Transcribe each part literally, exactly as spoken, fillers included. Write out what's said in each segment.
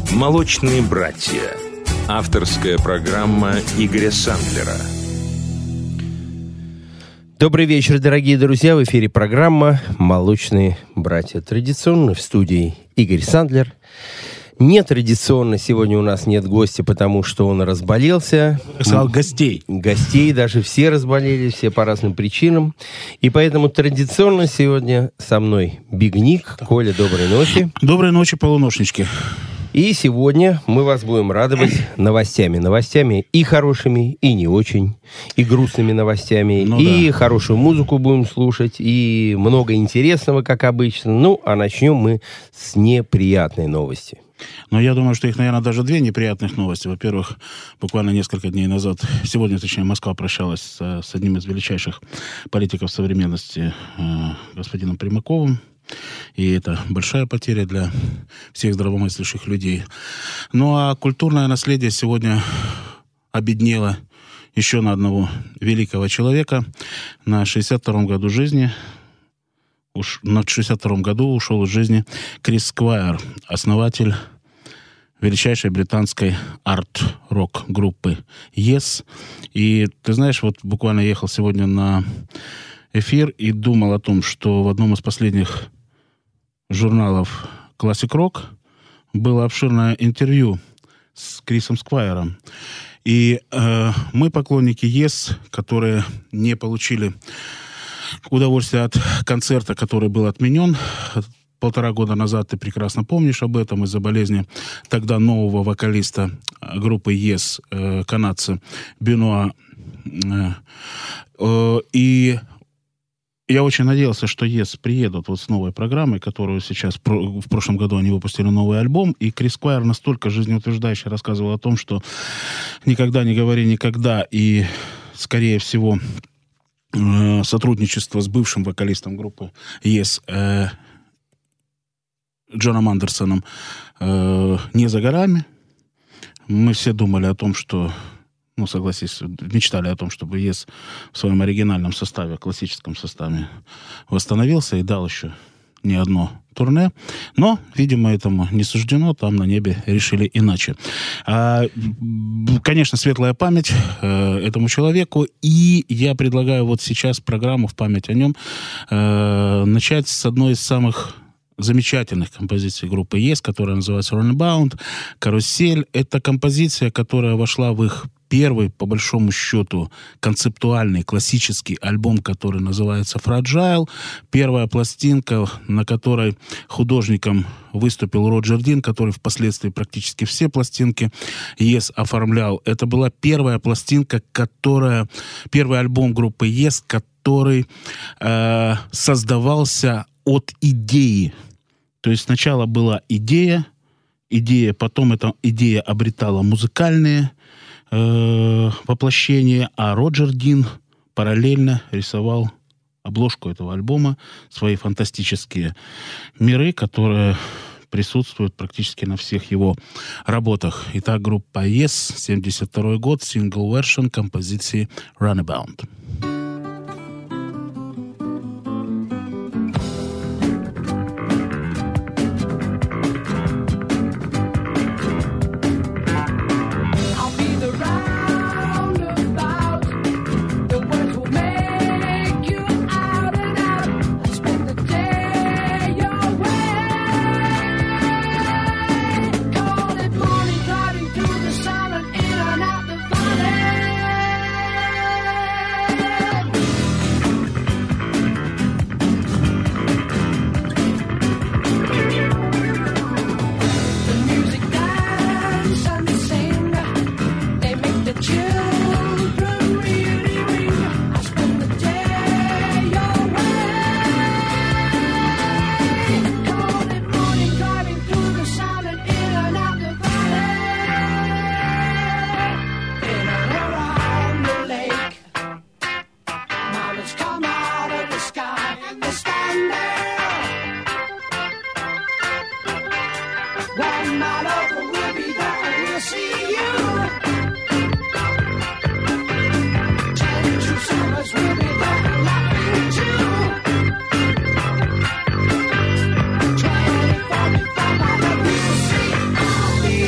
«Молочные братья». Авторская программа Игоря Сандлера. Добрый вечер, дорогие друзья. В эфире программа «Молочные братья». Традиционно в студии Игорь Сандлер. Нетрадиционно сегодня у нас нет гостя, потому что он разболелся. Я сказал гостей. Гостей, даже все разболелись, все по разным причинам. И поэтому традиционно сегодня со мной Биг Ник. Коля, доброй ночи. Доброй ночи, полуношнички. И сегодня мы вас будем радовать новостями. Новостями и хорошими, и не очень, и грустными новостями, ну, и да. Хорошую музыку будем слушать, и много интересного, как обычно. Ну, а начнем мы с неприятной новости. Но я думаю, что их, наверное, даже две неприятных новости. Во-первых, буквально несколько дней назад, сегодня, точнее, Москва прощалась с, с одним из величайших политиков современности, э, господином Примаковым. И это большая потеря для всех здравомыслящих людей. Ну а культурное наследие сегодня обеднело еще на одного великого человека. На шестьдесят втором году жизни, уж, на шестьдесят втором году ушел из жизни Крис Сквайр, основатель величайшей британской арт-рок группы Yes. И ты знаешь, вот буквально ехал сегодня на эфир и думал о том, что в одном из последних журналов Classic Rock было обширное интервью с Крисом Сквайром. И э, мы, поклонники Yes, которые не получили удовольствия от концерта, который был отменен полтора года назад, ты прекрасно помнишь об этом, из-за болезни тогда нового вокалиста группы Yes, э, канадца Бенуа. Э, э, и я очень надеялся, что Yes приедут вот с новой программой, которую сейчас, в прошлом году они выпустили новый альбом, и Крис Сквайр настолько жизнеутверждающе рассказывал о том, что никогда не говори никогда, и, скорее всего, э, сотрудничество с бывшим вокалистом группы Yes, э, Джоном Андерсоном, э, не за горами. Мы все думали о том, что Ну, согласись, мечтали о том, чтобы Yes в своем оригинальном составе, классическом составе восстановился и дал еще не одно турне. Но, видимо, этому не суждено. Там на небе решили иначе. А, конечно, светлая память э, этому человеку. И я предлагаю вот сейчас программу в память о нем э, начать с одной из самых замечательных композиций группы Yes, которая называется Runabout, «Карусель». Это композиция, которая вошла в их первый, по большому счету, концептуальный, классический альбом, который называется «Fragile». Первая пластинка, на которой художником выступил Роджер Дин, который впоследствии практически все пластинки Yes оформлял. Это была первая пластинка, которая... Первый альбом группы Yes, который э, создавался от идеи. То есть сначала была идея, идея, потом эта идея обретала музыкальные э, воплощения, а Роджер Дин параллельно рисовал обложку этого альбома, свои фантастические миры, которые присутствуют практически на всех его работах. Итак, группа Yes, семьдесят второй год, сингл-вершн композиции Runabout. Be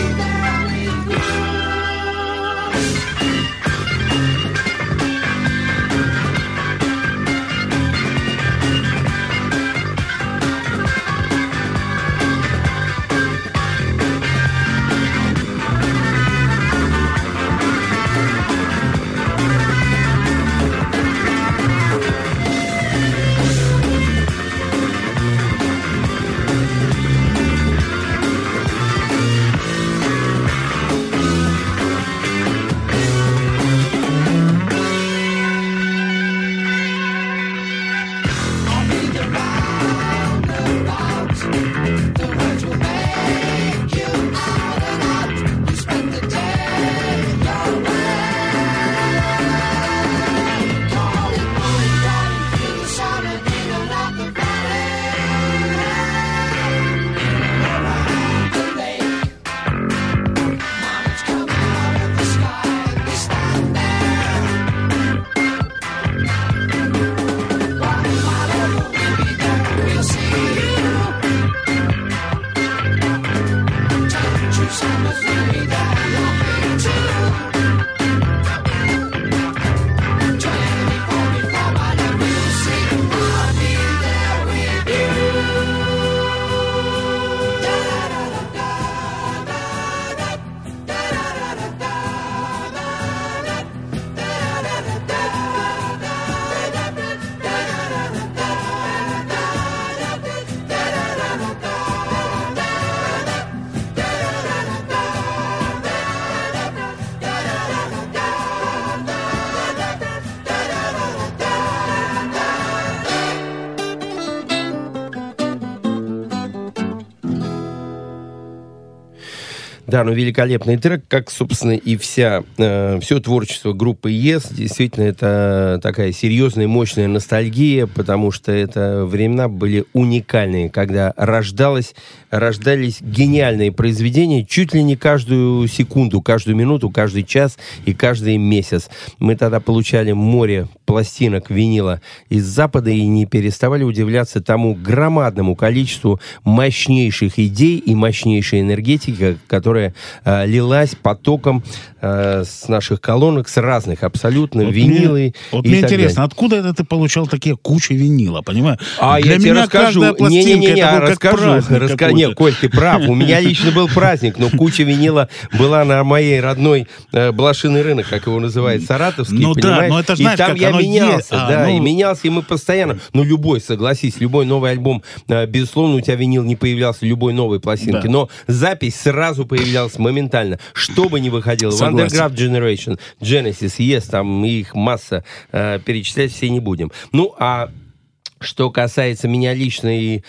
Да, ну великолепный трек, как, собственно, и вся, э, все творчество группы Yes. Действительно, это такая серьезная, мощная ностальгия, потому что это времена были уникальные, когда рождалось, рождались гениальные произведения чуть ли не каждую секунду, каждую минуту, каждый час и каждый месяц. Мы тогда получали море пластинок винила из Запада и не переставали удивляться тому громадному количеству мощнейших идей и мощнейшей энергетики, которая э, лилась потоком э, с наших колонок, с разных абсолютно вот винилы. Мне, вот мне интересно, далее. Откуда это ты получал такие кучи винила, понимаешь? А Для я тебе расскажу. Не-не-не, расскажу. Раска... Нет, Коль, ты прав. У меня лично был праздник, но куча винила была на моей родной э, Блошиный рынок, как его называют, саратовский, ну, понимаешь? Да, но это, знаешь, и там я менялся, а, да, ну... и менялся, и мы постоянно, ну, любой, согласись, любой новый альбом, э, безусловно, у тебя винил не появлялся, любой новой пластинки, да. Но запись сразу появлялась моментально, что бы ни выходило. В Underground Generation, Genesis, Yes, там их масса, э, перечислять все не будем. Ну, а что касается меня лично, и,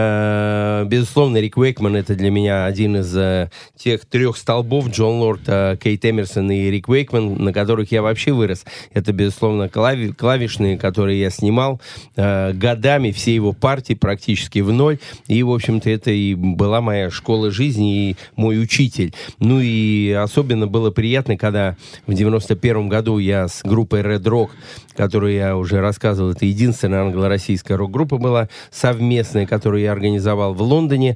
э, безусловно, Рик Уэйкман — это для меня один из э, тех трех столбов, Джон Лорд, э, Кейт Эмерсон и Рик Уэйкман, на которых я вообще вырос. Это, безусловно, клави- клавишные, которые я снимал э, годами, все его партии практически в ноль. И, в общем-то, это и была моя школа жизни и мой учитель. Ну и особенно было приятно, когда в девяносто первом году я с группой Red Rock, которую я уже рассказывал, это единственная англо-российская рок-группа была совместная, которую я организовал в Лондоне.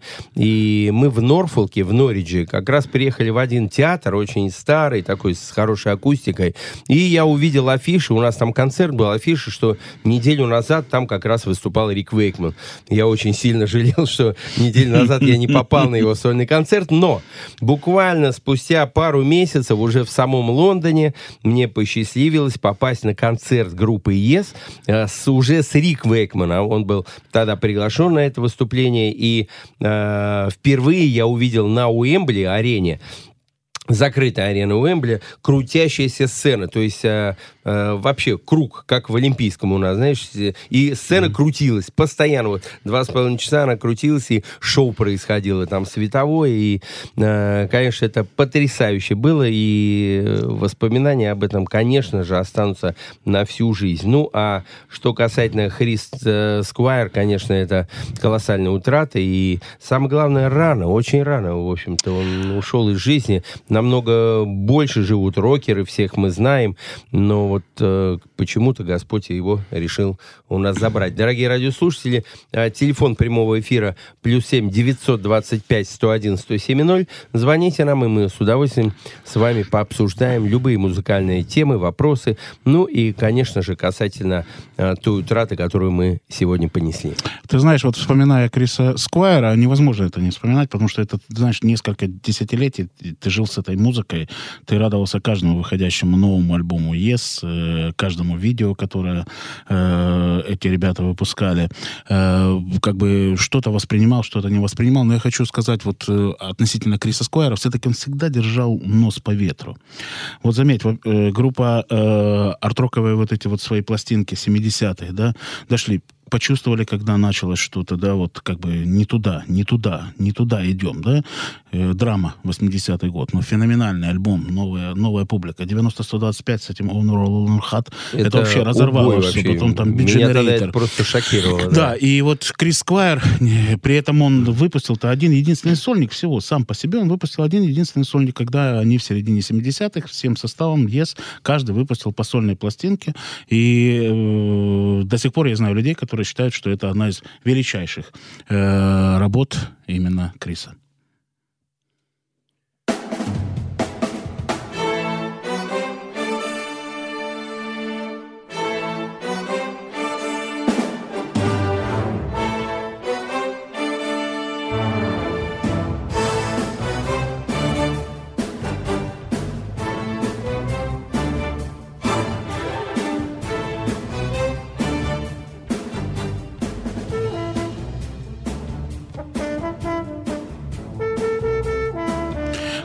И мы в Норфолке, в Норридже, как раз приехали в один театр, очень старый, такой с хорошей акустикой. И я увидел афиши, у нас там концерт был, афиши, что неделю назад там как раз выступал Рик Уэйкман. Я очень сильно жалел, что неделю назад я не попал на его сольный концерт, но буквально спустя пару месяцев уже в самом Лондоне мне посчастливилось попасть на концерт группы Yes э, с, уже с Рик Уэйкманом. Он был тогда приглашен на это выступление, и э, впервые я увидел на Уэмбли арене, закрытая арена Уэмбли, крутящаяся сцена, то есть э, э, вообще круг, как в Олимпийском у нас, знаешь, и сцена mm. крутилась постоянно, вот два с половиной часа она крутилась, и шоу происходило там световое, и, э, конечно, это потрясающе было, и воспоминания об этом, конечно же, останутся на всю жизнь. Ну, а что касательно Крис э, Сквайр, конечно, это колоссальная утрата, и самое главное, рано, очень рано, в общем-то, он ушел из жизни. Намного больше живут рокеры, всех мы знаем, но вот э, почему-то Господь его решил у нас забрать. Дорогие радиослушатели, э, телефон прямого эфира плюс семь девятьсот двадцать пять сто один сто семь ноль. Звоните нам, и мы с удовольствием с вами пообсуждаем любые музыкальные темы, вопросы, ну и, конечно же, касательно э, той утраты, которую мы сегодня понесли. Ты знаешь, вот вспоминая Криса Сквайра, невозможно это не вспоминать, потому что это, знаешь, несколько десятилетий ты жил с этой музыкой, ты радовался каждому выходящему новому альбому Yes, э, каждому видео, которое э, эти ребята выпускали. Э, как бы что-то воспринимал, что-то не воспринимал. Но я хочу сказать вот э, относительно Криса Сквайра, все-таки он всегда держал нос по ветру. Вот заметь, вот, э, группа э, арт-роковые вот эти вот свои пластинки семидесятых, да, дошли, почувствовали, когда началось что-то, да, вот как бы не туда, не туда, не туда идем, да. Э, драма, восьмидесятый год, ну, феноменальный альбом, новая, новая публика. девяносто сто двадцать пять с этим On Roll On Hot, это, это вообще разорвало все, вообще. Потом там Beat Меня Generator. тогда это просто шокировало. Да. Да, и вот Крис Сквайр, при этом он выпустил-то один единственный сольник всего, сам по себе он выпустил один единственный сольник, когда они в середине семидесятых всем составом Yes, каждый выпустил по сольной пластинке, и э, до сих пор я знаю людей, которые считают, что это одна из величайших э, работ именно Криса.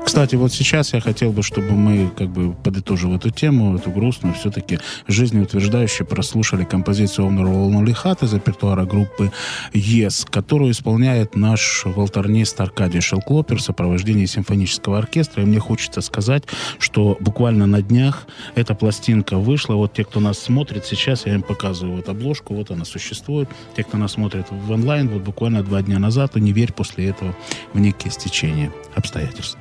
Кстати, вот сейчас я хотел бы, чтобы мы, как бы, подытожив эту тему, эту грустную, все-таки жизнеутверждающе прослушали композицию «Honorable Lonely Heart» из репертуара группы Yes, которую исполняет наш волторнист Аркадий Шелклопер в сопровождении симфонического оркестра. И мне хочется сказать, что буквально на днях эта пластинка вышла. Вот те, кто нас смотрит сейчас, я им показываю вот обложку, вот она существует. Те, кто нас смотрит в онлайн, вот буквально два дня назад, и не верь после этого в некие стечения обстоятельств.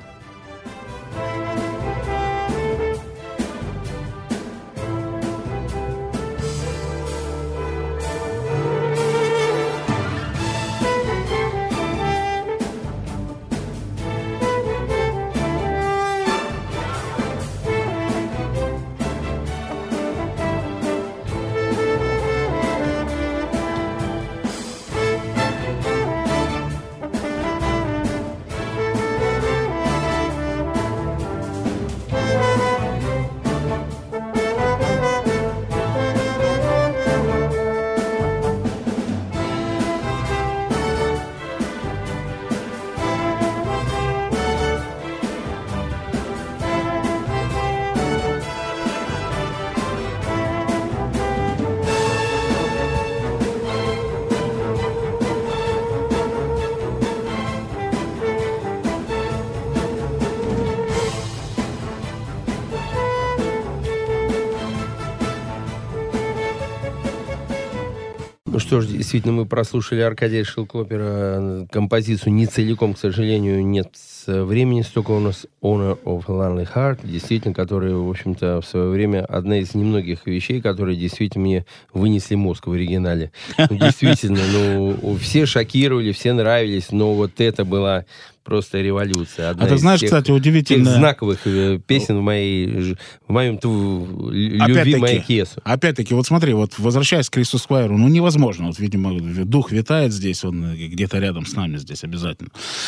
Ну что ж, действительно, мы прослушали Аркадия Шелклопера, композицию не целиком, к сожалению, нет времени, столько у нас «Honor of Lonely Heart», действительно, которая, в общем-то, в свое время одна из немногих вещей, которые действительно мне вынесли мозг в оригинале. Ну, действительно, ну, все шокировали, все нравились, но вот это была просто революция. Одна а ты знаешь, тех, кстати, удивительно... тех знаковых э, песен в моей, в моем тв, любви моей Кесу. Опять-таки, вот смотри, вот возвращаясь к Крису Сквайру, ну невозможно, вот, видимо, дух витает здесь, он где-то рядом с нами здесь обязательно.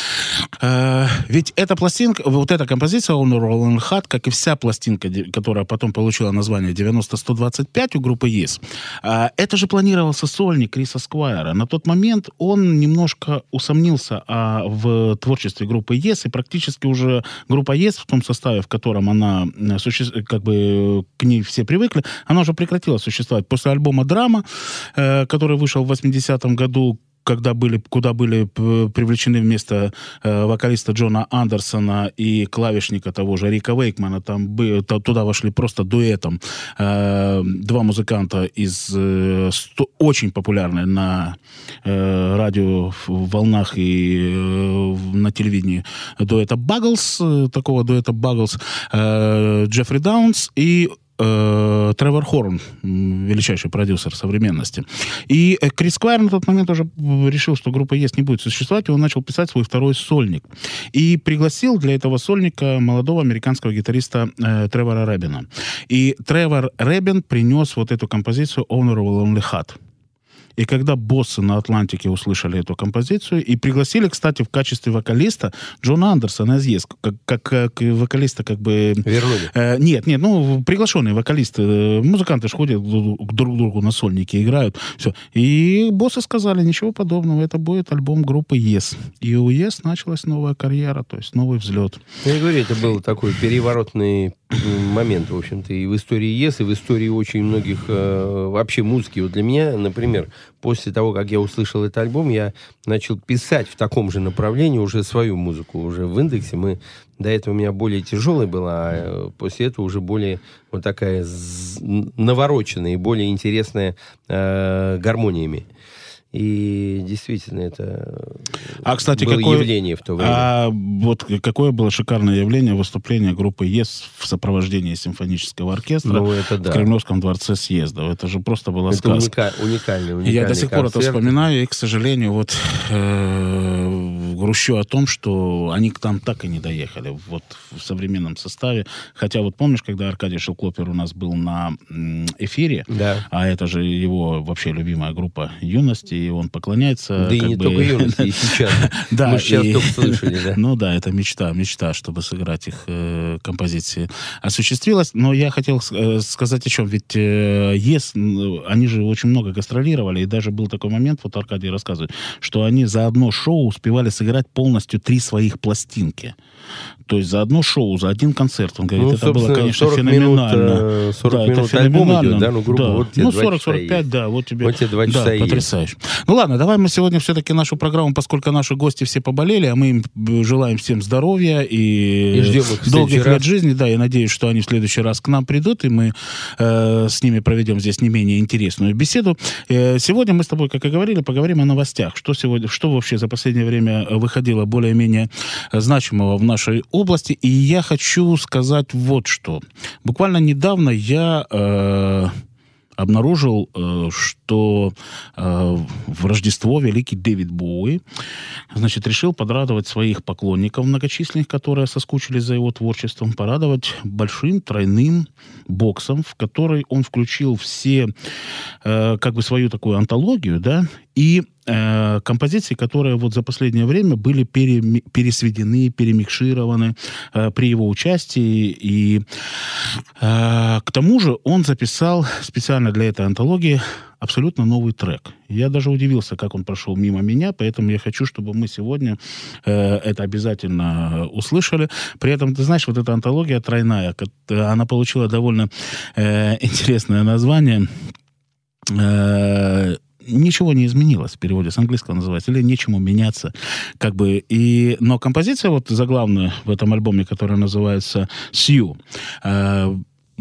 А, ведь эта пластинка, вот эта композиция «Honorable Lonely Heart», как и вся пластинка, которая потом получила название девяносто сто двадцать пять у группы Yes, а, это же планировался сольник Криса Сквайра. На тот момент он немножко усомнился а, в творчестве группы Yes, и практически уже группа Yes в том составе, в котором она существует, как бы к ней все привыкли, она уже прекратила существовать. После альбома «Драма», э, который вышел в восьмидесятом году, когда были, куда были привлечены вместо э, вокалиста Джона Андерсона и клавишника того же Рика Вейкмана, там бы, то, туда вошли просто дуэтом э, два музыканта из э, сто, очень популярной на э, радио волнах и э, на телевидении дуэта Багглс, э, такого дуэта Багглс, э, Джеффри Даунс и Тревор Хорн, величайший продюсер современности. И Крис Сквайр на тот момент уже решил, что группа Yes не будет существовать, и он начал писать свой второй сольник. И пригласил для этого сольника молодого американского гитариста э, Тревора Рэббина. И Тревор Рэббин принес вот эту композицию «Honorable Lonely Heart». И когда боссы на Атлантике услышали эту композицию и пригласили, кстати, в качестве вокалиста Джона Андерсона из Yes, как, как, как вокалиста как бы... Вернули? Э, нет, нет, ну, приглашенные вокалисты, э, музыканты же ходят друг к другу на сольнике, играют, все. И боссы сказали, ничего подобного, это будет альбом группы Yes. И у Yes началась новая карьера, то есть новый взлет. Я говорю, это был такой переворотный момент, в общем-то, и в истории Yes, и в истории очень многих э, вообще музыки. Вот для меня, например, после того, как я услышал этот альбом, я начал писать в таком же направлении уже свою музыку. Уже в «Индексе» мы... До этого у меня более тяжелая была, а после этого уже более вот такая навороченная и более интересная э, гармониями. И действительно, это а, кстати, было какое, явление в то время. А вот какое было шикарное явление выступления группы Yes в сопровождении симфонического оркестра ну, это да. в Кремлевском дворце съездов. Это же просто было это сказка. Уника- уникальный, уникальный Я до сих концерт. пор это вспоминаю, и, к сожалению, вот э, грущу о том, что они к нам так и не доехали вот в современном составе. Хотя вот помнишь, когда Аркадий Шелклопер у нас был на эфире, да. а это же его вообще любимая группа «Юности», и он поклоняется... Да и не бы... только «Юности», и сейчас. Да, мы сейчас и... только слышали, да? Ну да, это мечта, мечта, чтобы сыграть их э, композиции осуществилась. Но я хотел э, сказать о чем. Ведь э, Yes, они же очень много гастролировали, и даже был такой момент, вот Аркадий рассказывает, что они за одно шоу успевали сыграть сыграть полностью три своих пластинки. То есть за одно шоу, за один концерт. Он говорит, ну, это было, конечно, феноменально. сорок да, минут это альбом феноменально. идет, да? Ну, грубо, да. вот тебе ну сорок сорок пять, да, вот тебе. Вот тебе два часа да, есть. Потрясающе. Ну ладно, давай мы сегодня все-таки нашу программу, поскольку наши гости все поболели, а мы им желаем всем здоровья и, и ждем их долгих лет раз. жизни. Да, я надеюсь, что они в следующий раз к нам придут, и мы э, с ними проведем здесь не менее интересную беседу. Э, сегодня мы с тобой, как и говорили, поговорим о новостях. Что сегодня, что вообще за последнее время выходило более-менее значимого в нашей области. И я хочу сказать вот что. Буквально недавно я э, обнаружил, э, что э, в Рождество великий Дэвид Боуи, значит, решил порадовать своих поклонников многочисленных, которые соскучились за его творчеством, порадовать большим тройным боксом, в который он включил все, э, как бы свою такую антологию, да, и э, композиции, которые вот за последнее время были пере, пересведены, перемикшированы э, при его участии. И э, к тому же он записал специально для этой антологии абсолютно новый трек. Я даже удивился, как он прошел мимо меня, поэтому я хочу, чтобы мы сегодня э, это обязательно услышали. При этом, ты знаешь, вот эта антология тройная, она получила довольно э, интересное название. Э, Ничего не изменилось в переводе с английского называется, или нечему меняться, как бы. И, но композиция вот заглавная в этом альбоме, которая называется «Сью», э,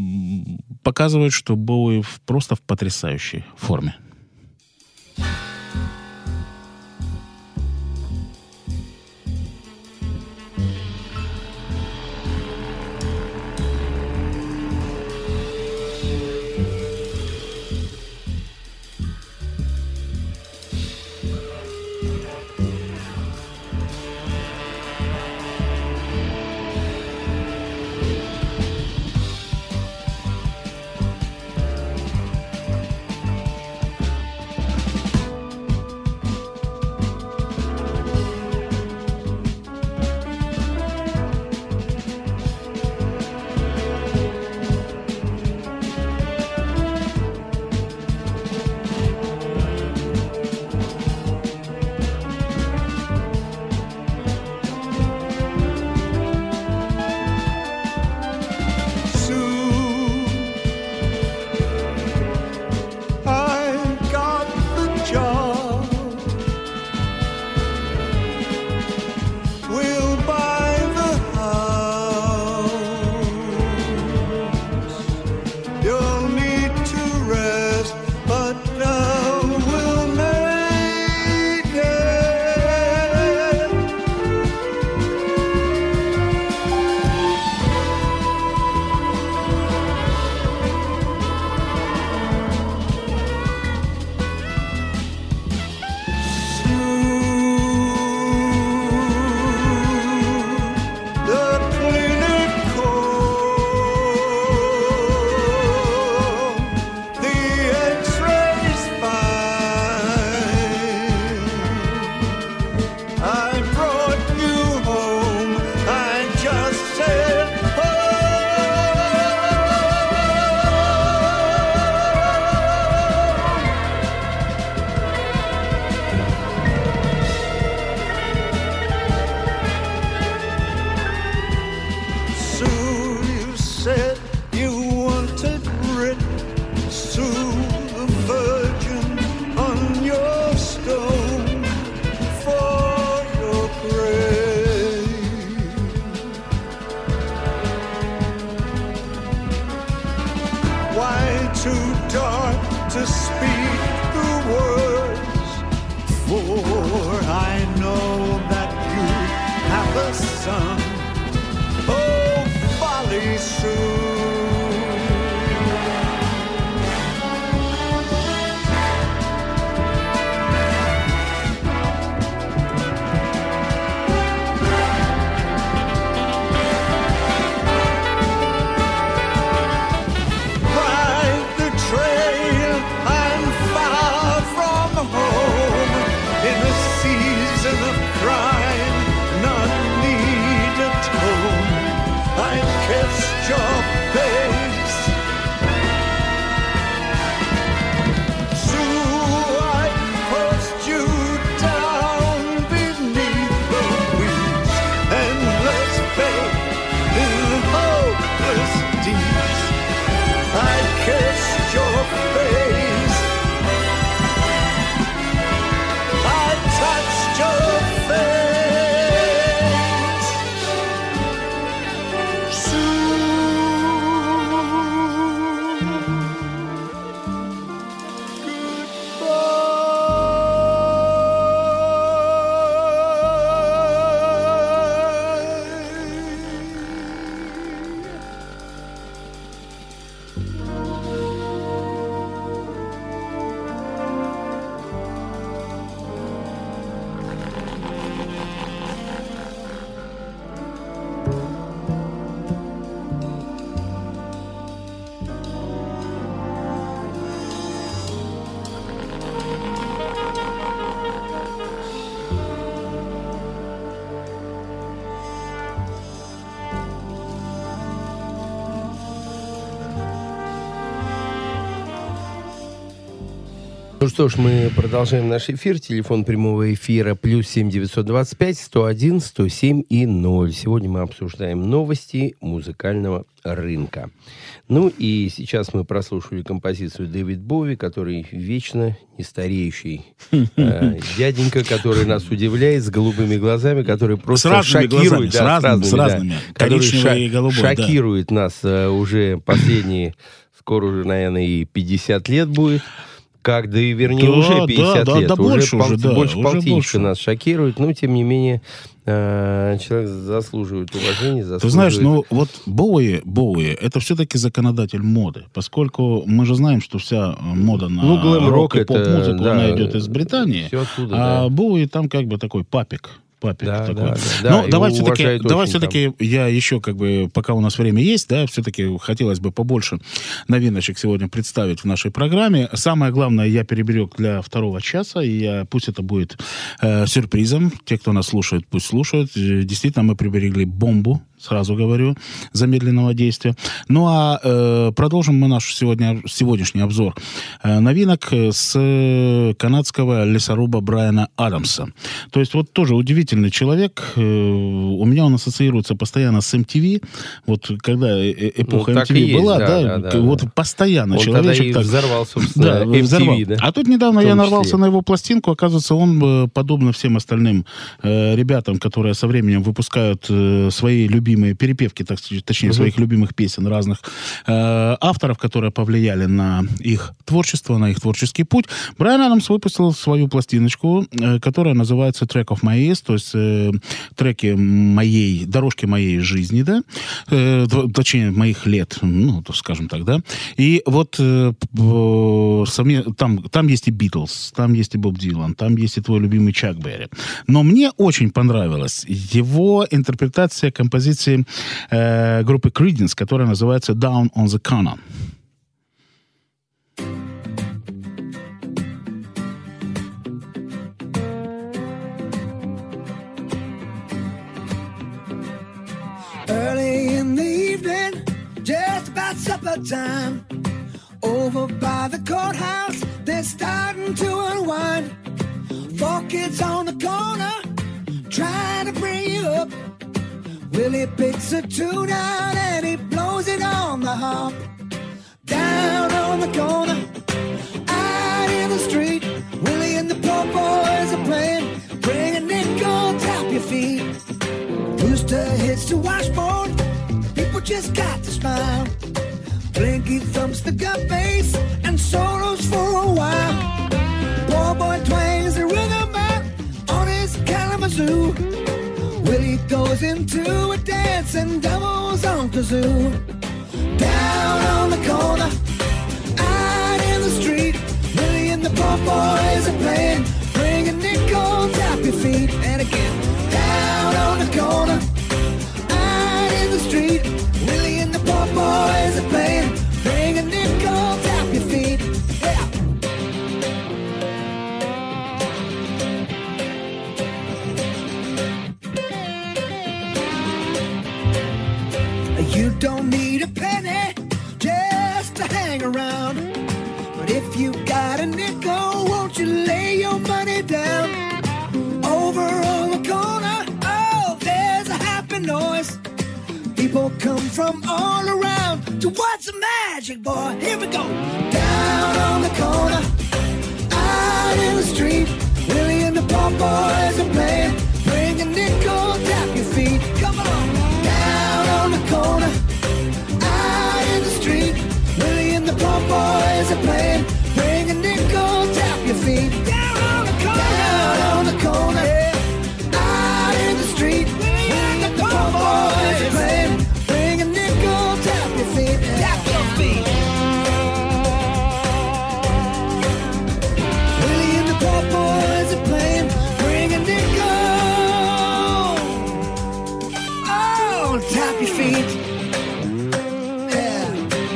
показывает, что Боуи просто в потрясающей форме. Season of crime, none need Ну что ж, мы продолжаем наш эфир. Телефон прямого эфира плюс семь девятьсот двадцать пять сто один сто семь и ноль. Сегодня мы обсуждаем новости музыкального рынка. Ну и сейчас мы прослушали композицию Дэвид Боуи, который вечно нестареющий э, дяденька, который нас удивляет, с голубыми глазами, который просто шокирует. Глазами, да, с разными, с разными, да, да, который ша- голубой, шокирует да. нас э, уже последние, скоро уже, наверное, и пятьдесят лет будет. Как, да и вернее, да, уже пятьдесят да, лет. Да, да, уже больше, пол, уже, да, больше уже полтинничка больше. Нас шокирует, но, тем не менее, э, человек заслуживает уважения, заслуживает... Ты знаешь, ну, вот Боуи, Боуи, это все-таки законодатель моды, поскольку мы же знаем, что вся мода на ну, рок и это, поп-музыку, да, она идет из Британии, оттуда, а да. Боуи там как бы такой папик. Папик да, такой. Да, да, Но да, давай все-таки, давай все-таки там. я еще как бы, пока у нас время есть, да, все-таки хотелось бы побольше новиночек сегодня представить в нашей программе. Самое главное я переберег для второго часа, и я, пусть это будет э, сюрпризом. Те, кто нас слушает, пусть слушают. Действительно, мы приберегли бомбу, сразу говорю, замедленного действия. Ну а э, продолжим мы наш сегодня, сегодняшний обзор э, новинок с канадского лесоруба Брайана Адамса. То есть вот тоже удивительный человек. Э, у меня он ассоциируется постоянно с эм ти ви. Вот когда э- эпоха ну, эм ти ви есть, была, да, да, да, вот да. постоянно он человечек так... взорвал, собственно, да, эм ти ви, взорвал. да? А тут недавно я нарвался на его пластинку. Оказывается, он, подобно всем остальным э, ребятам, которые со временем выпускают э, свои любимые перепевки, так, точнее, uh-huh. своих любимых песен разных э, авторов, которые повлияли на их творчество, на их творческий путь. Брайан Адамс выпустил свою пластиночку, э, которая называется Track of My Years, то есть э, треки моей, дорожки моей жизни, да, э, точнее, моих лет, ну, скажем так, да. И вот э, э, там, там есть и Битлз, там есть и Боб Дилан, там есть и твой любимый Чак Берри. Но мне очень понравилась его интерпретация композиции э, группы Creedence, которая называется Down on the Corner. Early in the evening, just about supper time, over by the courthouse, they're starting to unwind. Four kids on the corner, trying to bring you up. Willie picks a tune out and he blows it on the harp. Down on the corner, out in the street, Willie and the poor boys are playing. Bring a nickel, tap your feet. Rooster hits the washboard, people just got to smile. Blinky thumps the gut bass and solos for a while. Poor boy twangs the rhythm out on his Kalamazoo. Willie goes into a dance and doubles on kazoo. Down on the corner, out in the street, Willie and the poor boys are playing. Bring a nickel, tap your feet. And again, down on the corner, out in the street, Willie and the poor boys are playing. Bring a nickel, tap your feet. Yeah. You don't need a penny just to hang around. But if you got a nickel, won't you lay your money down? Over on the corner, oh, there's a happy noise. People come from all around to watch the magic, boy. Here we go. Down on the corner, out in the street, Willie and the poor boys are playing. Bring a nickel, tap your feet. Come on. Down on the corner, out in the street, Willie and the poor boys are playing. Bring a nickel, tap your feet. Down on the corner, down on the corner, yeah. Out in the street, Willie and the poor boys are playing. Bring a nickel, tap your feet, tap your feet. Willie and the poor boys are playing. Bring a nickel. Tap your feet. Yeah.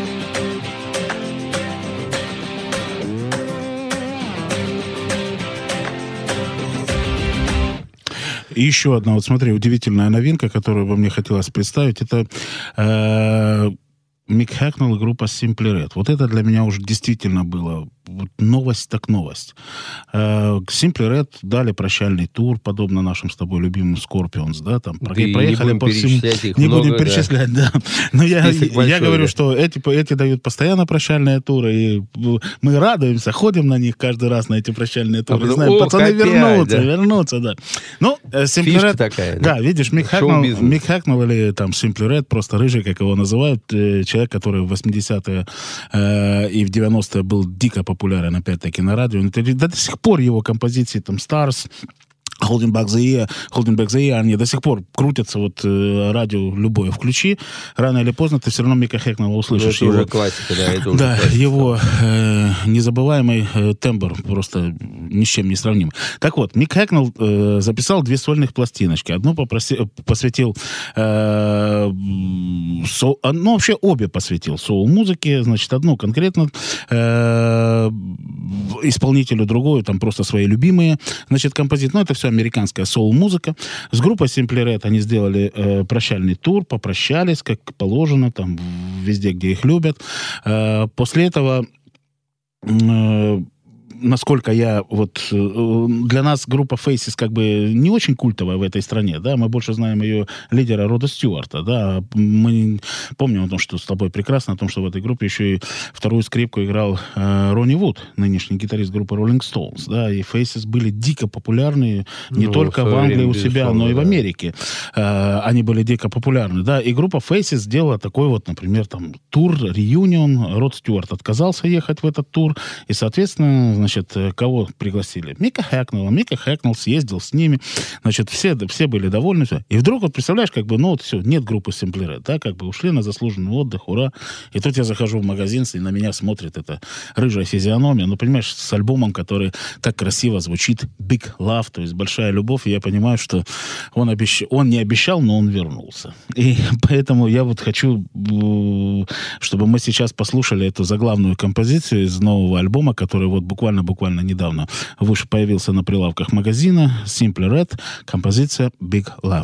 И еще одна, вот смотри, удивительная новинка, которую бы мне хотелось представить, это э, Мик Хэкнелл и группа Simply Red. Вот это для меня уже действительно было вот новость так новость. Э, Simply Red дали прощальный тур, подобно нашим с тобой любимым Scorpions, да, там Да проехали по всему... Не много, будем да. перечислять, да. Но я, большой, я говорю, да. что эти, эти дают постоянно прощальные туры, и мы радуемся, ходим на них каждый раз, на эти прощальные туры. А потом, знаем, ох, пацаны опять, вернутся, да. вернутся, да. Ну, э, Simply Фишка Red... такая. Да, видишь, Мик Хэкнелл, Шоу-бизнес. Мик Хэкнелл или там Simply Red, просто рыжий, как его называют, э, человек, который в восьмидесятые э, и в девяностые был дико популярен, опять-таки, на радио. Это, да, до сих пор его композиции, там, Stars, Holding Back the Year, Holding Back the Year, они до сих пор крутятся, вот э, радио любое включи, рано или поздно ты все равно Мика Хэкнелла услышишь. Это его, уже классика, да, это уже да, классика. его э, незабываемый э, тембр просто ни с чем не сравним. Так вот, Мик Хэкнелл э, записал две сольных пластиночки. Одну попроси, посвятил, э, со, ну, вообще обе посвятил соул-музыке, значит, одну конкретно э, исполнителю, другую, там просто свои любимые, значит, композиции. Ну, это все американская соул-музыка. С группой Simply Red они сделали э, прощальный тур, попрощались, как положено, там, везде, где их любят. Э, после этого э, насколько я вот... Для нас группа Faces как бы не очень культовая в этой стране, да, мы больше знаем ее лидера Рода Стюарта, да, мы помним о том, что с тобой прекрасно, о том, что в этой группе еще и вторую скрипку играл э, Ронни Вуд, нынешний гитарист группы Rolling Stones, да, и Faces были дико популярны не ну, только в Англии у себя, но и да. в Америке. Э, они были дико популярны, да, и группа Faces сделала такой вот, например, там, тур, реюнион, Род Стюарт отказался ехать в этот тур, и, соответственно, значит, кого пригласили? Мика Хэкнелла. Мика Хэкнелл съездил с ними. Значит, все, все были довольны. Все. И вдруг, вот представляешь, как бы, ну вот все, нет группы Simply Red, да, как бы ушли на заслуженный отдых, ура. И тут я захожу в магазин, и на меня смотрит эта рыжая физиономия. Ну, понимаешь, с альбомом, который так красиво звучит, Big Love, то есть большая любовь, и я понимаю, что он, обещ... он не обещал, но он вернулся. И поэтому я вот хочу, чтобы мы сейчас послушали эту заглавную композицию из нового альбома, который вот буквально буквально недавно выше появился на прилавках магазина. Simply Red, композиция Big Love.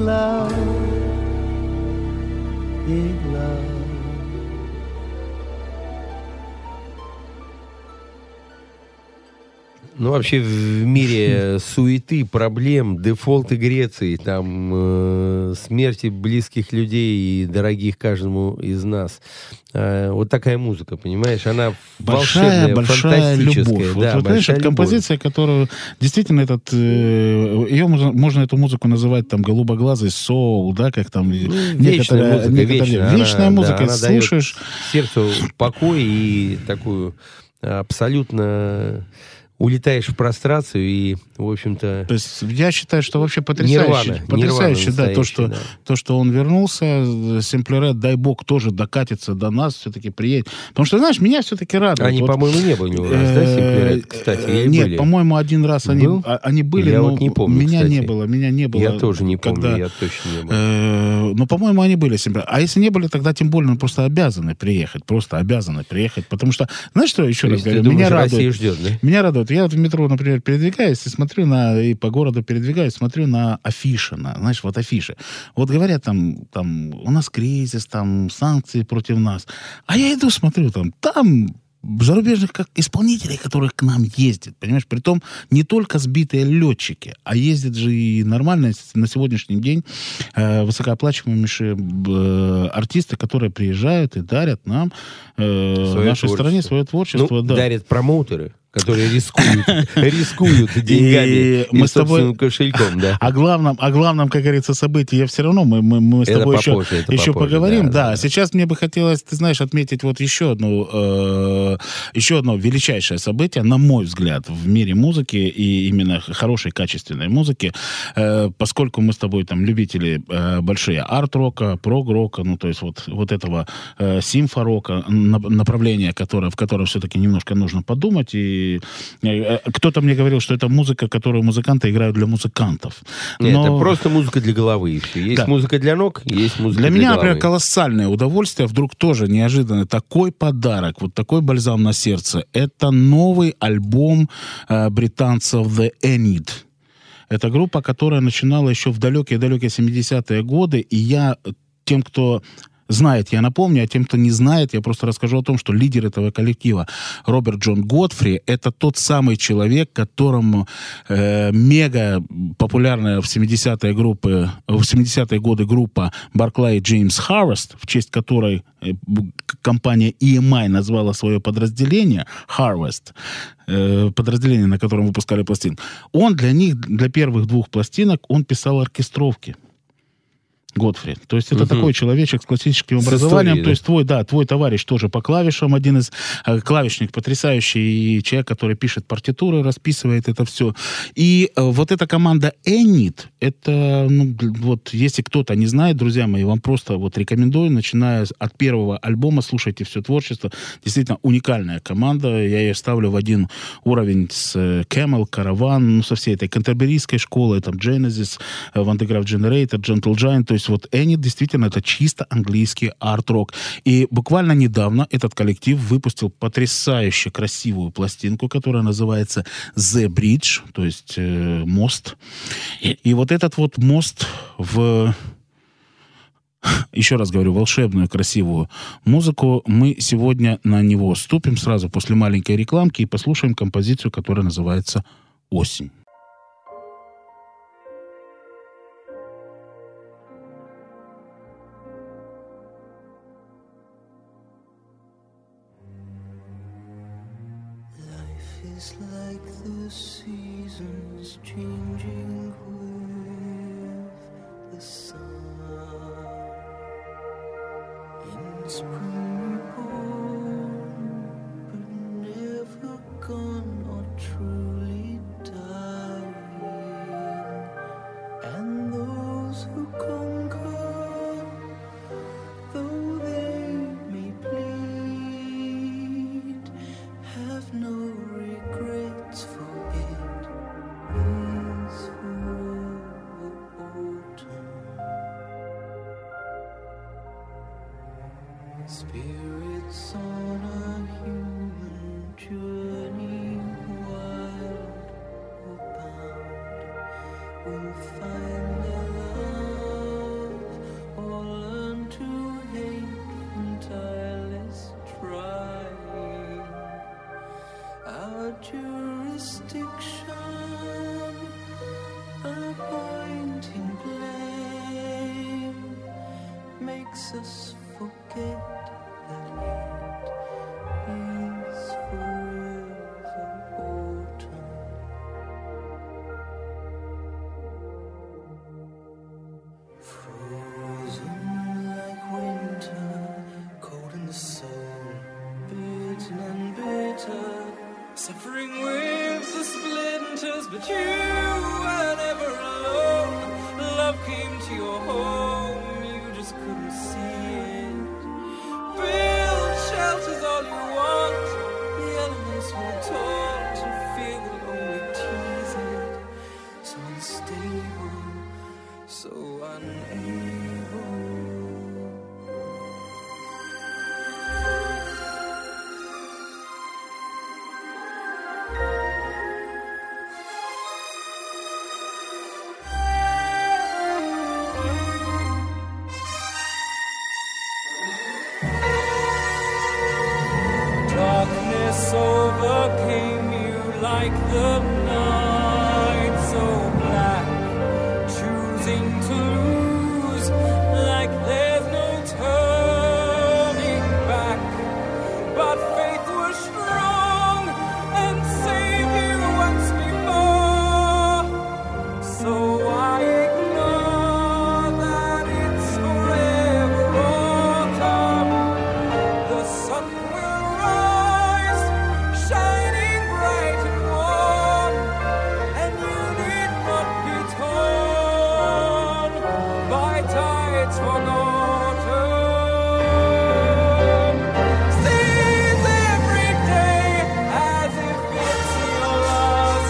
love, big love. Ну, вообще, в мире суеты, проблем, дефолты Греции, там, э, смерти близких людей и дорогих каждому из нас. Э, вот такая музыка, понимаешь? Она большая, волшебная, большая фантастическая. любовь. Да, вот, вот, знаешь, это любовь. композиция, которую действительно этот, э, ее можно, можно эту музыку называть там голубоглазый соул, да, как там. Ну, вечная музыка, вечная. Вечная она, музыка, да, она слушаешь. дает сердцу покой и такую абсолютно улетаешь в прострацию и, в общем-то... То есть я считаю, что вообще потрясающе. Нирвана, потрясающе, нирвана да, то что, да. то, что он вернулся, Simply Red, дай бог, тоже докатится до нас, все-таки приедет. Потому что, знаешь, меня все-таки радует. Они, вот, по-моему, не были у нас, да, Simply Red, кстати? Или Нет, были? по-моему, один раз они, Был? они были, Я но вот не помню, меня кстати. не было, меня не было. Я тоже не помню, когда, я точно не был. Э, но, по-моему, они были Simply Red. А если не были, тогда тем более, ну, просто обязаны приехать, просто обязаны приехать. Потому что, знаешь, что еще То раз есть, говорю? ты думаешь, Меня Россия радует. ждет, да? Меня радует. Я вот в метро, например, передвигаюсь и смотрю на, и по городу передвигаюсь, смотрю на афиши, на, знаешь, вот афиши. Вот говорят там, там, у нас кризис, там, санкции против нас. А я иду, смотрю, там, там зарубежных как исполнителей, которые к нам ездят, понимаешь? Притом не только сбитые летчики, а ездят же и нормально на сегодняшний день э, высокооплачиваемые э, артисты, которые приезжают и дарят нам, э, Свое нашей творчество. стране, свое творчество. Ну, да. дарят промоутеры, которые рискуют, рискуют деньгами И и мы с тобой- собственным кошельком, да. О главном, о главном, как говорится, событии я все равно, мы, мы, мы с Это тобой попозже, еще, это еще попозже, поговорим. да, Да, да, да. сейчас мне бы хотелось, ты знаешь, отметить вот еще одну, э, еще одно величайшее событие, на мой взгляд, в мире музыки и именно хорошей, качественной музыки, э, поскольку мы с тобой там любители э, большие арт-рока, прог-рока, ну, то есть вот, вот этого э, симфа-рока, на- направления, которое, в котором все-таки немножко нужно подумать, и э, кто-то мне говорил, что это музыка, которую музыканты играют для музыкантов. Нет, Но это просто музыка для головы и все. Есть Да. музыка для ног, есть музыка для для, меня, головы. например, колоссальное удовольствие, вдруг тоже неожиданно такой подарок, вот такой бальзам на сердце. Это новый альбом э, британцев The Enid. Это группа, которая начинала еще в далекие-далекие семидесятые годы, и я тем, кто знает, я напомню, а тем, кто не знает, я просто расскажу о том, что лидер этого коллектива Роберт Джон Годфри — это тот самый человек, которому э, мега популярная в семидесятые, группы, в семидесятые годы группа Barclay James Harvest, в честь которой э, компания и эм ай назвала свое подразделение Harvest, э, подразделение, на котором выпускали пластинки. Он для них, для первых двух пластинок, он писал оркестровки. Годфри. То есть это Мгм. такой человечек с классическим С образованием. историей, То да? есть твой, да, твой товарищ тоже по клавишам, один из э, клавишник потрясающий, и человек, который пишет партитуры, расписывает это все. И э, вот эта команда Enid, это, ну, г- вот, если кто-то не знает, друзья мои, вам просто вот рекомендую, начиная с- от первого альбома, слушайте все творчество. Действительно уникальная команда. Я ее ставлю в один уровень с э, Camel, Caravan, ну, со всей этой кантерберийской школы, там, Genesis, э, Van de Graaff Generator, Gentle Giant. То есть вот Enid действительно это чисто английский арт-рок. И буквально недавно этот коллектив выпустил потрясающе красивую пластинку, которая называется The Bridge, то есть э, мост. И, и вот этот вот мост в... Еще раз говорю, волшебную, красивую музыку. Мы сегодня на него ступим сразу после маленькой рекламки и послушаем композицию, которая называется «Осень». It's like the seasons changing with the sun. In spring reborn, but never gone or truly dying. And those who conquer, though they may bleed, have no regrets, for it is forever autumn. Spirits on a human journey, wild or bound, will find their love jurisdiction, appointing blame, makes us forget that it is forever autumn. Frozen like winter, cold in the soul, beaten and bitter, suffering with the splinters, but you were never alone. Love came to your home, you just couldn't see it. Build shelters all you want, the elements were taught to fear will only tease it. So unstable, so unable. Darkness overcame you like the night so black, choosing to lose like there's no turning back. But faith was strong and saved you once before, so I ignore that it's forever autumn. The sun will rise, shining bright and warm, and you need not be torn by tides forgotten. Seize every day as if it's your last.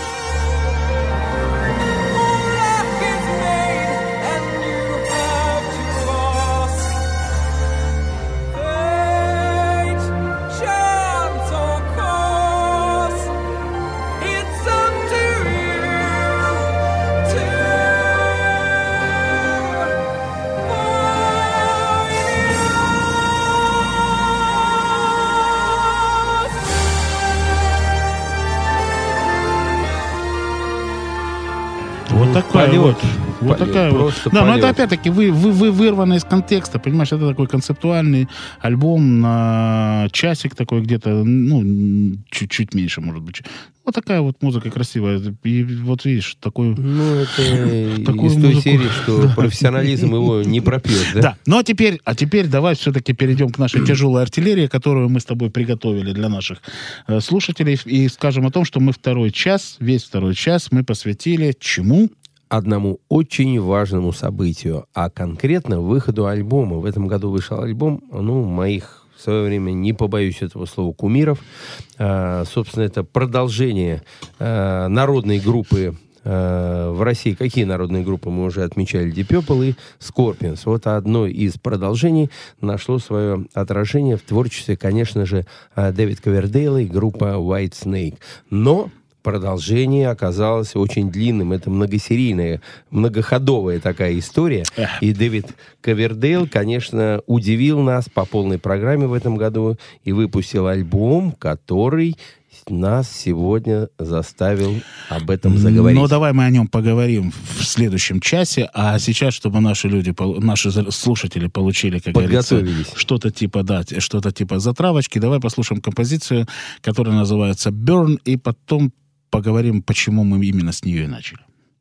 All luck is made, and you have to ask. Fate, chance or course, it's up to you to Вот такая полет. вот. Вот Полет, такая вот. просто Да, но это полет. опять-таки вы, вы, вы вырвано из контекста, понимаешь, это такой концептуальный альбом на часик такой где-то, ну, чуть-чуть меньше, может быть. Вот такая вот музыка красивая. И вот видишь, такой... Ну, это Такую из той музыку. серии, что профессионализм его не пропьет, да? Да, ну а теперь, а теперь давай все-таки перейдем к нашей тяжелой артиллерии, которую мы с тобой приготовили для наших э, слушателей, и скажем о том, что мы второй час, весь второй час мы посвятили чему? Одному очень важному событию, а конкретно выходу альбома. В этом году вышел альбом, ну, моих в свое время, не побоюсь этого слова, кумиров. А, собственно, это продолжение а, народной группы а, в России. Какие народные группы мы уже отмечали? Deep Purple и Scorpions. Вот одно из продолжений нашло свое отражение в творчестве, конечно же, Дэвид Ковердейла и группа White Snake. Но продолжение оказалось очень длинным. Это многосерийная, многоходовая такая история. Эх. И Дэвид Ковердейл, конечно, удивил нас по полной программе в этом году и выпустил альбом, который нас сегодня заставил об этом заговорить. Ну, давай мы о нем поговорим в следующем часе. А сейчас, чтобы наши люди, пол- наши за- слушатели получили, как говорится, Подготовились. что-то типа, да, что-то типа затравочки, давай послушаем композицию, которая называется «Burn», и потом поговорим, почему мы именно с нее и начали.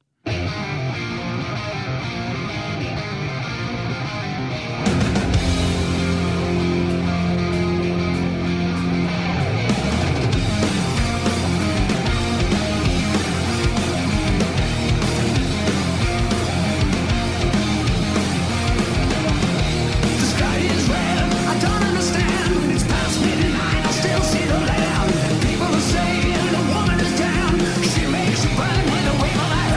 The sky is red, I don't understand. It's past midnight, I still see the land. People are saying a woman is down. She makes you burn with a wave of her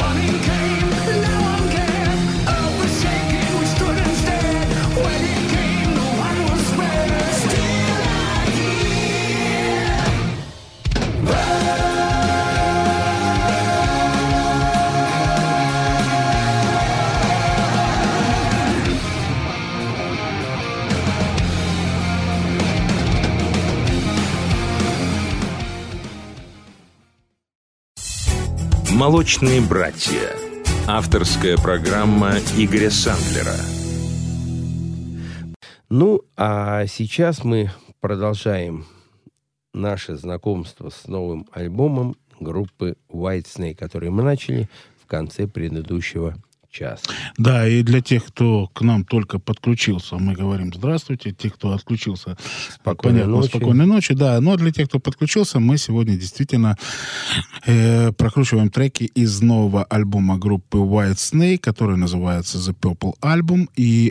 Morning came, no one cared. Earth was shaking, we stood and stared. When it came, no one was spared. Still I hear. «Молочные братья». Авторская программа Игоря Сандлера. Ну, а сейчас мы продолжаем наше знакомство с новым альбомом группы Whitesnake, который мы начали в конце предыдущего часа. Да, и для тех, кто к нам только подключился, мы говорим здравствуйте. Те, кто отключился, Спокойной понятно, ночи. Спокойной ночи. Да, но для тех, кто подключился, мы сегодня действительно э, прокручиваем треки из нового альбома группы Whitesnake, который называется The Purple Album. И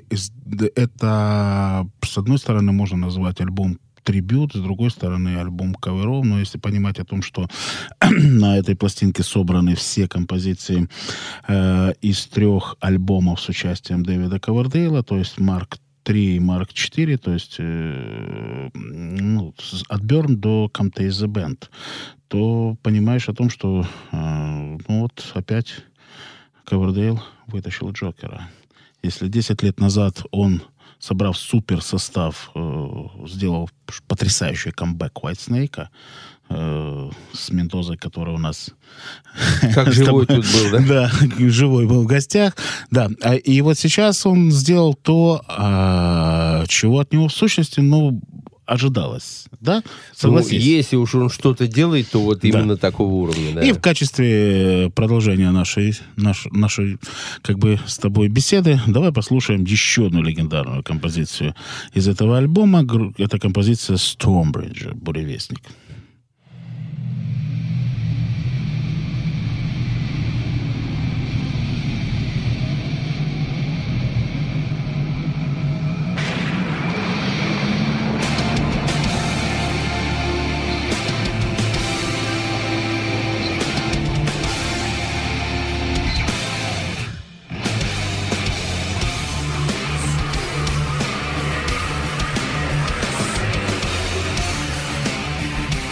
это, с одной стороны, можно назвать альбом трибют, с другой стороны, альбом каверов. Но если понимать о том, что на этой пластинке собраны все композиции э, из трех альбомов с участием Дэвида Ковердейла, то есть Марк три и Марк четыре, то есть э, ну, от Burn до Come Taste the Band, то понимаешь о том, что э, ну вот опять Ковердейл вытащил Джокера. Если десять лет назад он, собрав супер состав, э, сделал потрясающий камбэк Whitesnake э, с Мендозой, который у нас... Как живой тут был, да? Да, живой был в гостях. Да, и вот сейчас он сделал то, чего от него в сущности, ну, ожидалось, да? Согласись. Ну, если уж он что-то делает, то вот именно Да. такого уровня, да. И в качестве продолжения нашей, наш, нашей, как бы, с тобой беседы, давай послушаем еще одну легендарную композицию из этого альбома. Гру- Это композиция Stormbridge, «Буревестник». Still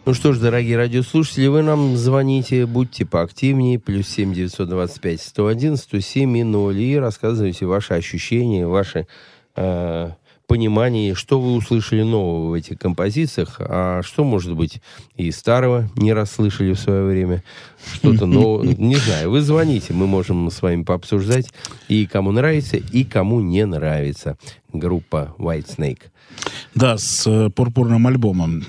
Ну что ж, дорогие радиослушатели, вы нам звоните, будьте поактивнее, плюс семь девятьсот двадцать пять сто один сто семь и ноль, и рассказывайте ваши ощущения, ваши э, понимание, что вы услышали нового в этих композициях, а что, может быть, и старого не расслышали в свое время, что-то новое. Не знаю, вы звоните, мы можем с вами пообсуждать, и кому нравится, и кому не нравится группа Whitesnake. Да, с пурпурным альбомом.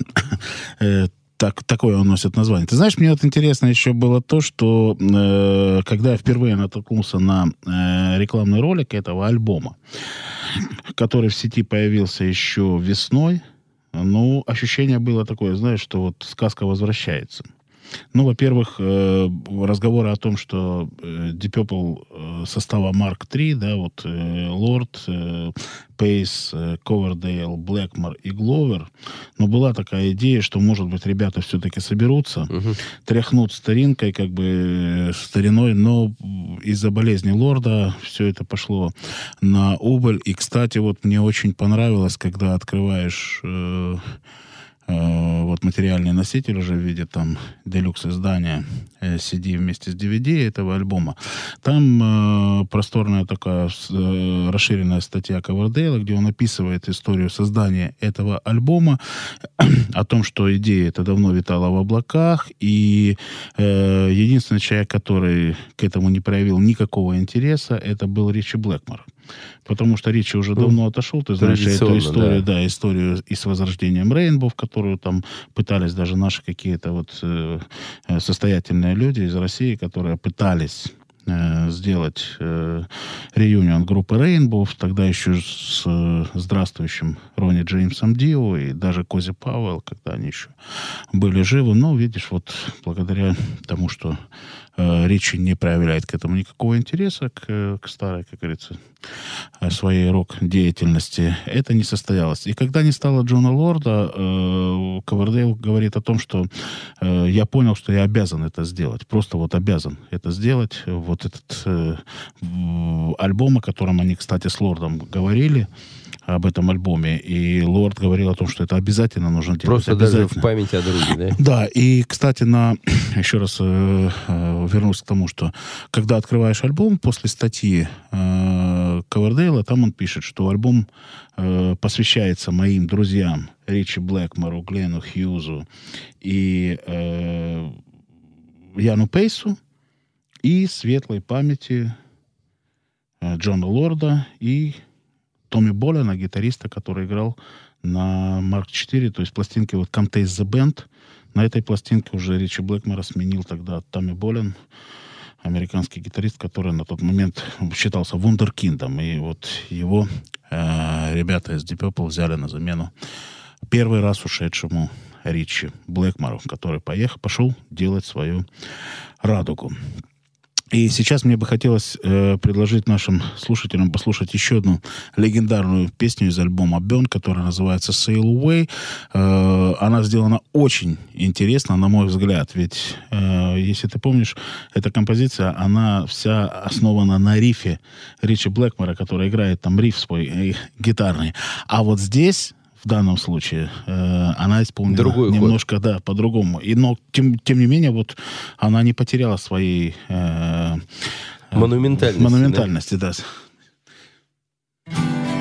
Так, такое он носит название. Ты знаешь, мне вот интересно еще было то, что э, когда я впервые натолкнулся на э, рекламный ролик этого альбома, который в сети появился еще весной, ну, ощущение было такое, знаешь, что вот сказка возвращается. Ну, во-первых, э, разговоры о том, что э, Deep Purple э, состава Марк три, да, вот э, Лорд, э, Пейс, э, Ковердейл, Блэкмор и Гловер, но была такая идея, что, может быть, ребята все-таки соберутся, uh-huh. тряхнут старинкой, как бы э, стариной, но из-за болезни Лорда все это пошло на убыль. И, кстати, вот мне очень понравилось, когда открываешь... Э, вот материальный носитель уже в виде там делюкс издания си ди вместе с ди ви ди этого альбома. Там э, просторная такая э, расширенная статья Ковердейла, где он описывает историю создания этого альбома, о том, что идея эта давно витала в облаках, и э, единственный человек, который к этому не проявил никакого интереса, это был Ричи Блэкмор. Потому что Ричи уже ну, давно отошел, ты знаешь эту историю, да. да, историю и с возрождением Рейнбоу, в которую там пытались даже наши какие-то вот э, состоятельные люди из России, которые пытались э, сделать э, реюнион группы Рейнбоу, тогда еще с э, здравствующим Ронни Джеймсом Дио и даже Кози Пауэлл, когда они еще были живы. Но, видишь, вот благодаря тому, что э, Ричи не проявляет к этому никакого интереса, к, к старой, как говорится, своей рок-деятельности, это не состоялось. И когда не стало Джона Лорда, э, Ковердейл говорит о том, что э, я понял, что я обязан это сделать. Просто вот обязан это сделать. Вот этот э, альбом, о котором они, кстати, с Лордом говорили, об этом альбоме, и Лорд говорил о том, что это обязательно нужно делать. Просто даже в память о друге, да? Да, и, кстати, на... еще раз э, э, вернусь к тому, что когда открываешь альбом, после статьи э, Ковердейла, там он пишет, что альбом э, посвящается моим друзьям Ричи Блэкмору, Гленну Хьюзу и э, Яну Пейсу, и светлой памяти э, Джона Лорда и Томми Болена, гитариста, который играл на Марк четыре, то есть пластинке вот Come Taste the Band. На этой пластинке уже Ричи Блэкмора сменил тогда Томми Болен, американский гитарист, который на тот момент считался вундеркиндом. И вот его э, ребята из Deep Purple взяли на замену первый раз ушедшему Ричи Блэкмору, который поехал, пошел делать свою радугу. И сейчас мне бы хотелось э, предложить нашим слушателям послушать еще одну легендарную песню из альбома Burn, которая называется Sail Away. Э, она сделана очень интересно, на мой взгляд. Ведь, э, если ты помнишь, эта композиция, она вся основана на рифе Ричи Блэкмора, который играет там риф свой э, гитарный. А вот здесь... В данном случае э, она исполнена Другой немножко, ход. да, по-другому. И, но, тем, тем не менее, вот она не потеряла своей э, монументальности. Монументальности, да. да.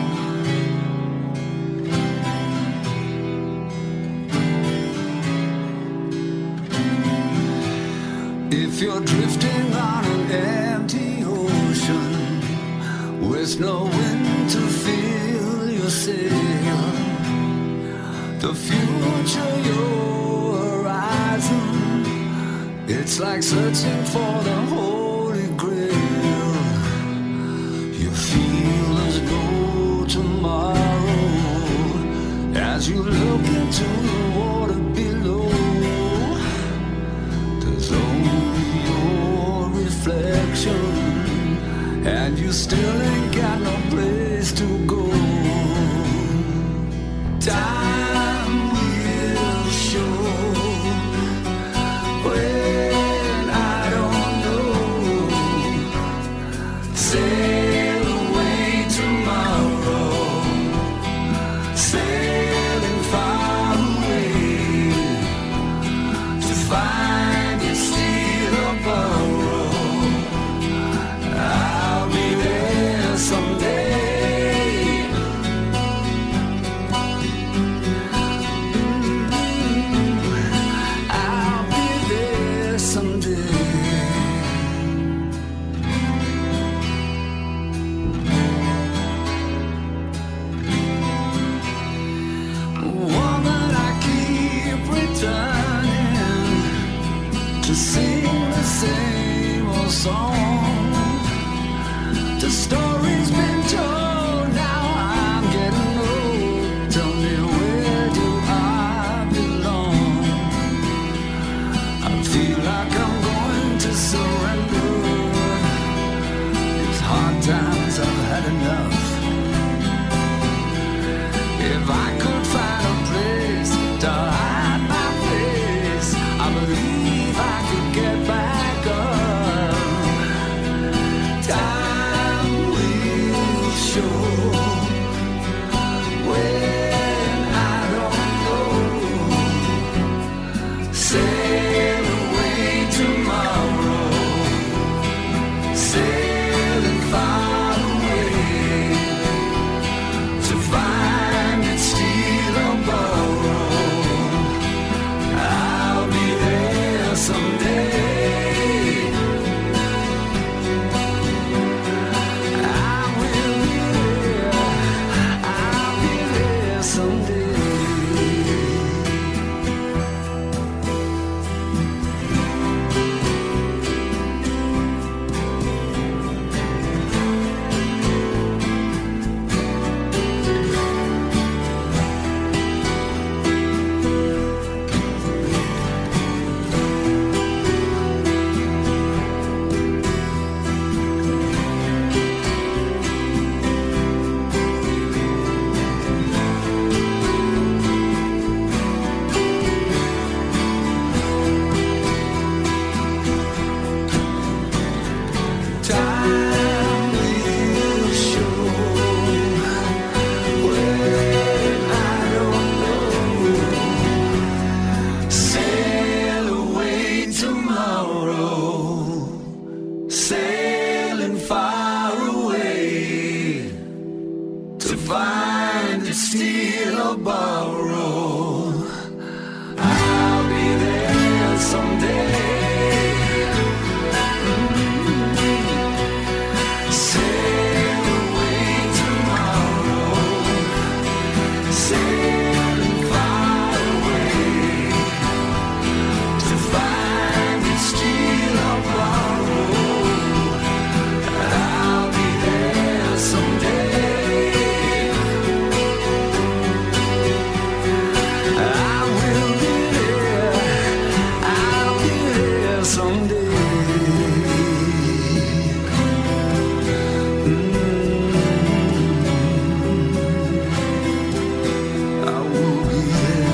If you're drifting on an empty ocean with no wind to fill your sail, the future, your horizon, it's like searching for the Holy Grail. You feel as though tomorrow, as you look into the water below, there's only your reflection, and you still ain't got no place to go. Time to sing the same old song. The story's been told, now I'm getting old. Tell me, where do I belong? I feel like I'm going to surrender. These hard times, I've had enough. If I could find a place to hide my face, I believe I could get back up. Time will show when I don't know. Sail away tomorrow, sailing far away to find it, steal or borrow. I'll be there someday. I will be there. I'll be there someday. Time will show when I don't know. Sail away tomorrow, sailing far away to find it, steal or borrow. I'll be there someday. Sail away tomorrow, sailing far away to find it, steal or borrow. I'll be there someday. I will be there. I'll be there someday. I will be there.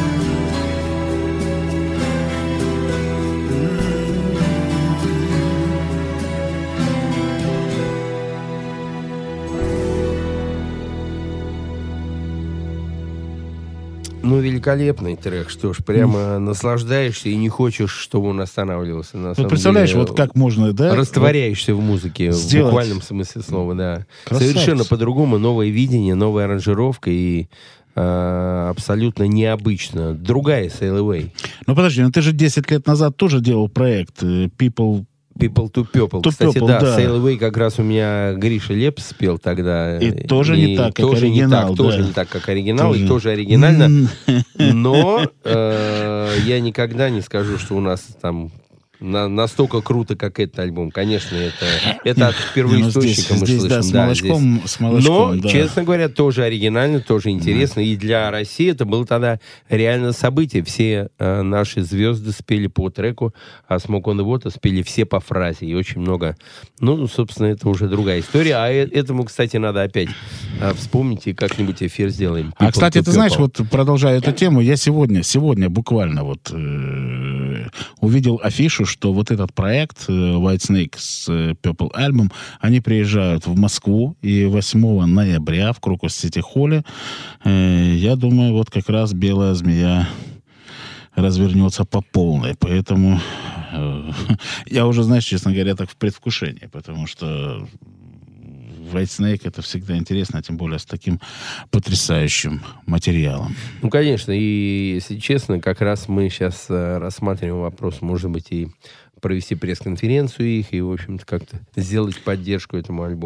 Ну, великолепный трек, что ж, прямо наслаждаешься и не хочешь, чтобы он останавливался. На Вот самом представляешь, деле, вот как можно, да? растворяешься в музыке, сделать. в буквальном смысле слова, да. Красавцы. Совершенно по-другому, новое видение, новая аранжировка и э, абсолютно необычно. Другая Sail Away. Ну подожди, ну ты же десять лет назад тоже делал проект э, People... People to People. To Кстати, People, да, да. Sail Away как раз у меня Гриша Лепс спел тогда. И тоже не так, как тоже оригинал, Не так, Тоже да. не так, как оригинал, Тоже. и тоже оригинально. Но э, я никогда не скажу, что у нас там на, настолько круто, как этот альбом. Конечно, это, это от первоисточника Ну, здесь, мы здесь, да, слышим. с да, молочком, здесь. с молочком, Но, да. честно говоря, тоже оригинально, тоже интересно. И для России это было тогда реально событие. Все э, наши звезды спели по треку, а Smoke on the Water спели все по фразе. И очень много... Ну, собственно, это уже другая история. А э- этому, кстати, надо опять э, вспомнить и как-нибудь эфир сделаем. А, People кстати, to ты знаешь, People. вот продолжая эту тему, я сегодня, сегодня буквально вот э, увидел афишу, что вот этот проект э, White Snake с э, Purple Album, они приезжают в Москву, и восьмого ноября в Крокус-Сити-Холле, э, я думаю, вот как раз «Белая змея» развернется по полной. Поэтому э, я уже, знаешь, честно говоря, так в предвкушении, потому что White Snake — это всегда интересно, тем более с таким потрясающим материалом. Ну, конечно, и, если честно, как раз мы сейчас э, рассматриваем вопрос, может быть, и провести пресс-конференцию их, и, в общем-то, как-то сделать поддержку этому альбому.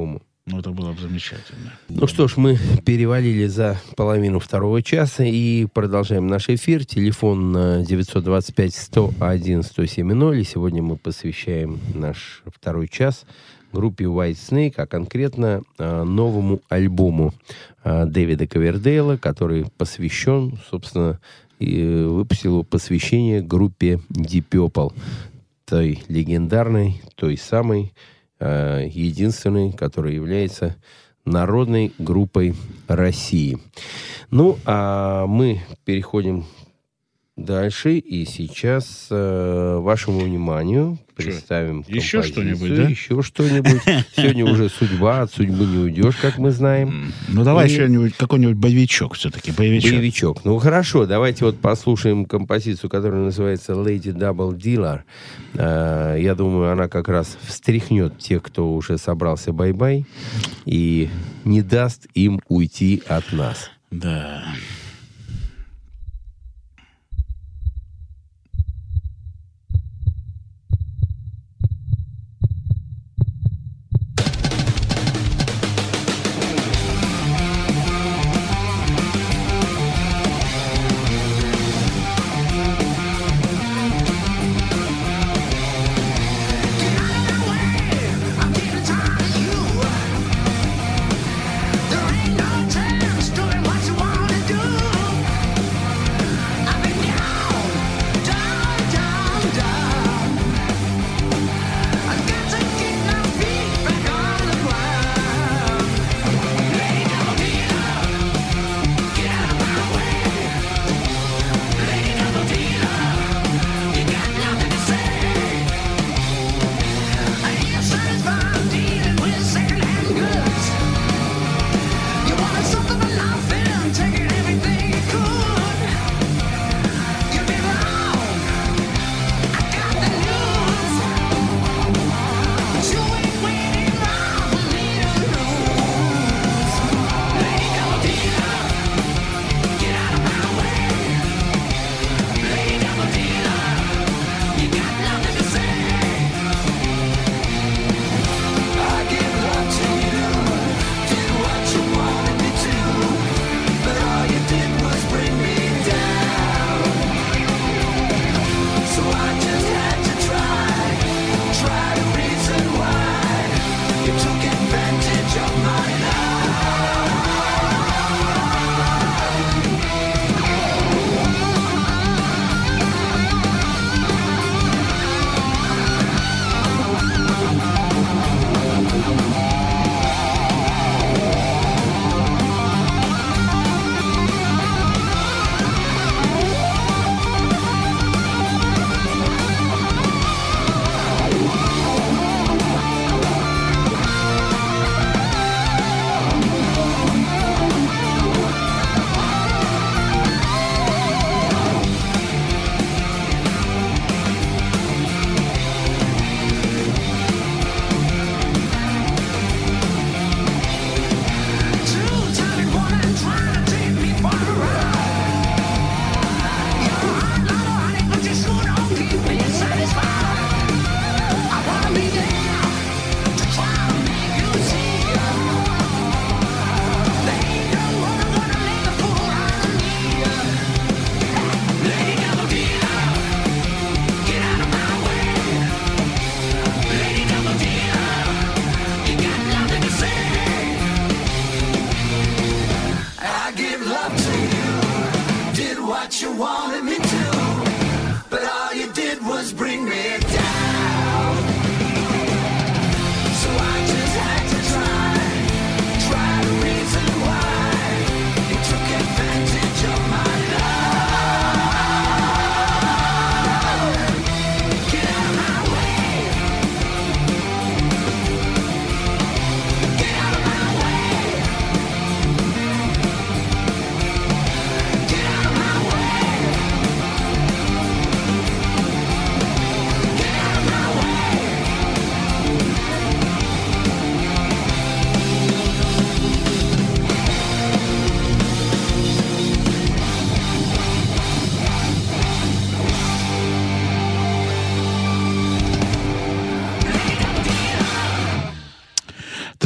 Ну, это было бы замечательно. Ну что ж, мы перевалили за половину второго часа и продолжаем наш эфир. Телефон девятьсот двадцать пять сто один сто семь ноль. И сегодня мы посвящаем наш второй час группе White Snake, а конкретно новому альбому Дэвида Ковердейла, который посвящен, собственно, и выпустил его посвящение группе Deep Purple, той легендарной, той самой, единственной, которая является народной группой России. Ну, а мы переходим дальше, и сейчас э, вашему вниманию представим еще что-нибудь, да? Еще что-нибудь. Сегодня уже судьба, от судьбы не уйдешь, как мы знаем. Ну, давай и... еще какой-нибудь боевичок все-таки, боевичок. Боевичок. Ну, хорошо, давайте вот послушаем композицию, которая называется Lady Double Dealer. Э, я думаю, она как раз встряхнет тех, кто уже собрался бай-бай, и не даст им уйти от нас. Да.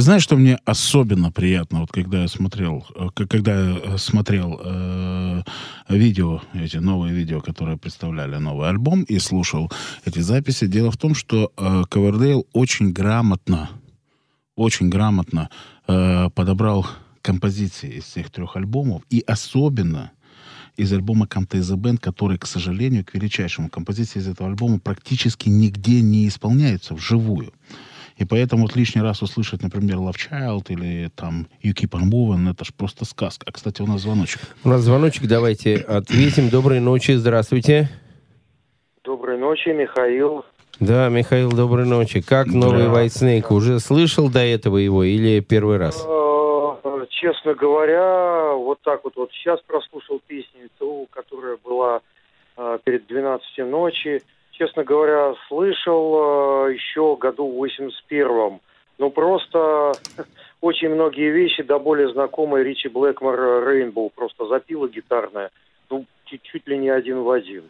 знаешь, что мне особенно приятно, вот когда я смотрел, когда я смотрел э, видео, эти новые видео, которые представляли новый альбом, и слушал эти записи. Дело в том, что э, Ковердейл очень грамотно, очень грамотно э, подобрал композиции из всех трех альбомов, и особенно из альбома Come to the Band, который, к сожалению, к величайшему, композиции из этого альбома практически нигде не исполняются вживую. И поэтому вот лишний раз услышать, например, Love Child или там You Keep On Moving, это ж просто сказка. А, кстати, у нас звоночек. У нас звоночек, давайте ответим. Доброй ночи, здравствуйте. Доброй ночи, Михаил. Да, Михаил, доброй ночи. Как да. новый White Snake? Уже слышал до этого его или первый раз? Честно говоря, вот так вот, вот сейчас прослушал песню, которая была перед двенадцатью ночи. Честно говоря, слышал э, еще году в восемьдесят первом. Ну, просто очень многие вещи, да более знакомые Ричи Блэкмор Рейнбоу, просто запила гитарная, ну, чуть ли не один в один.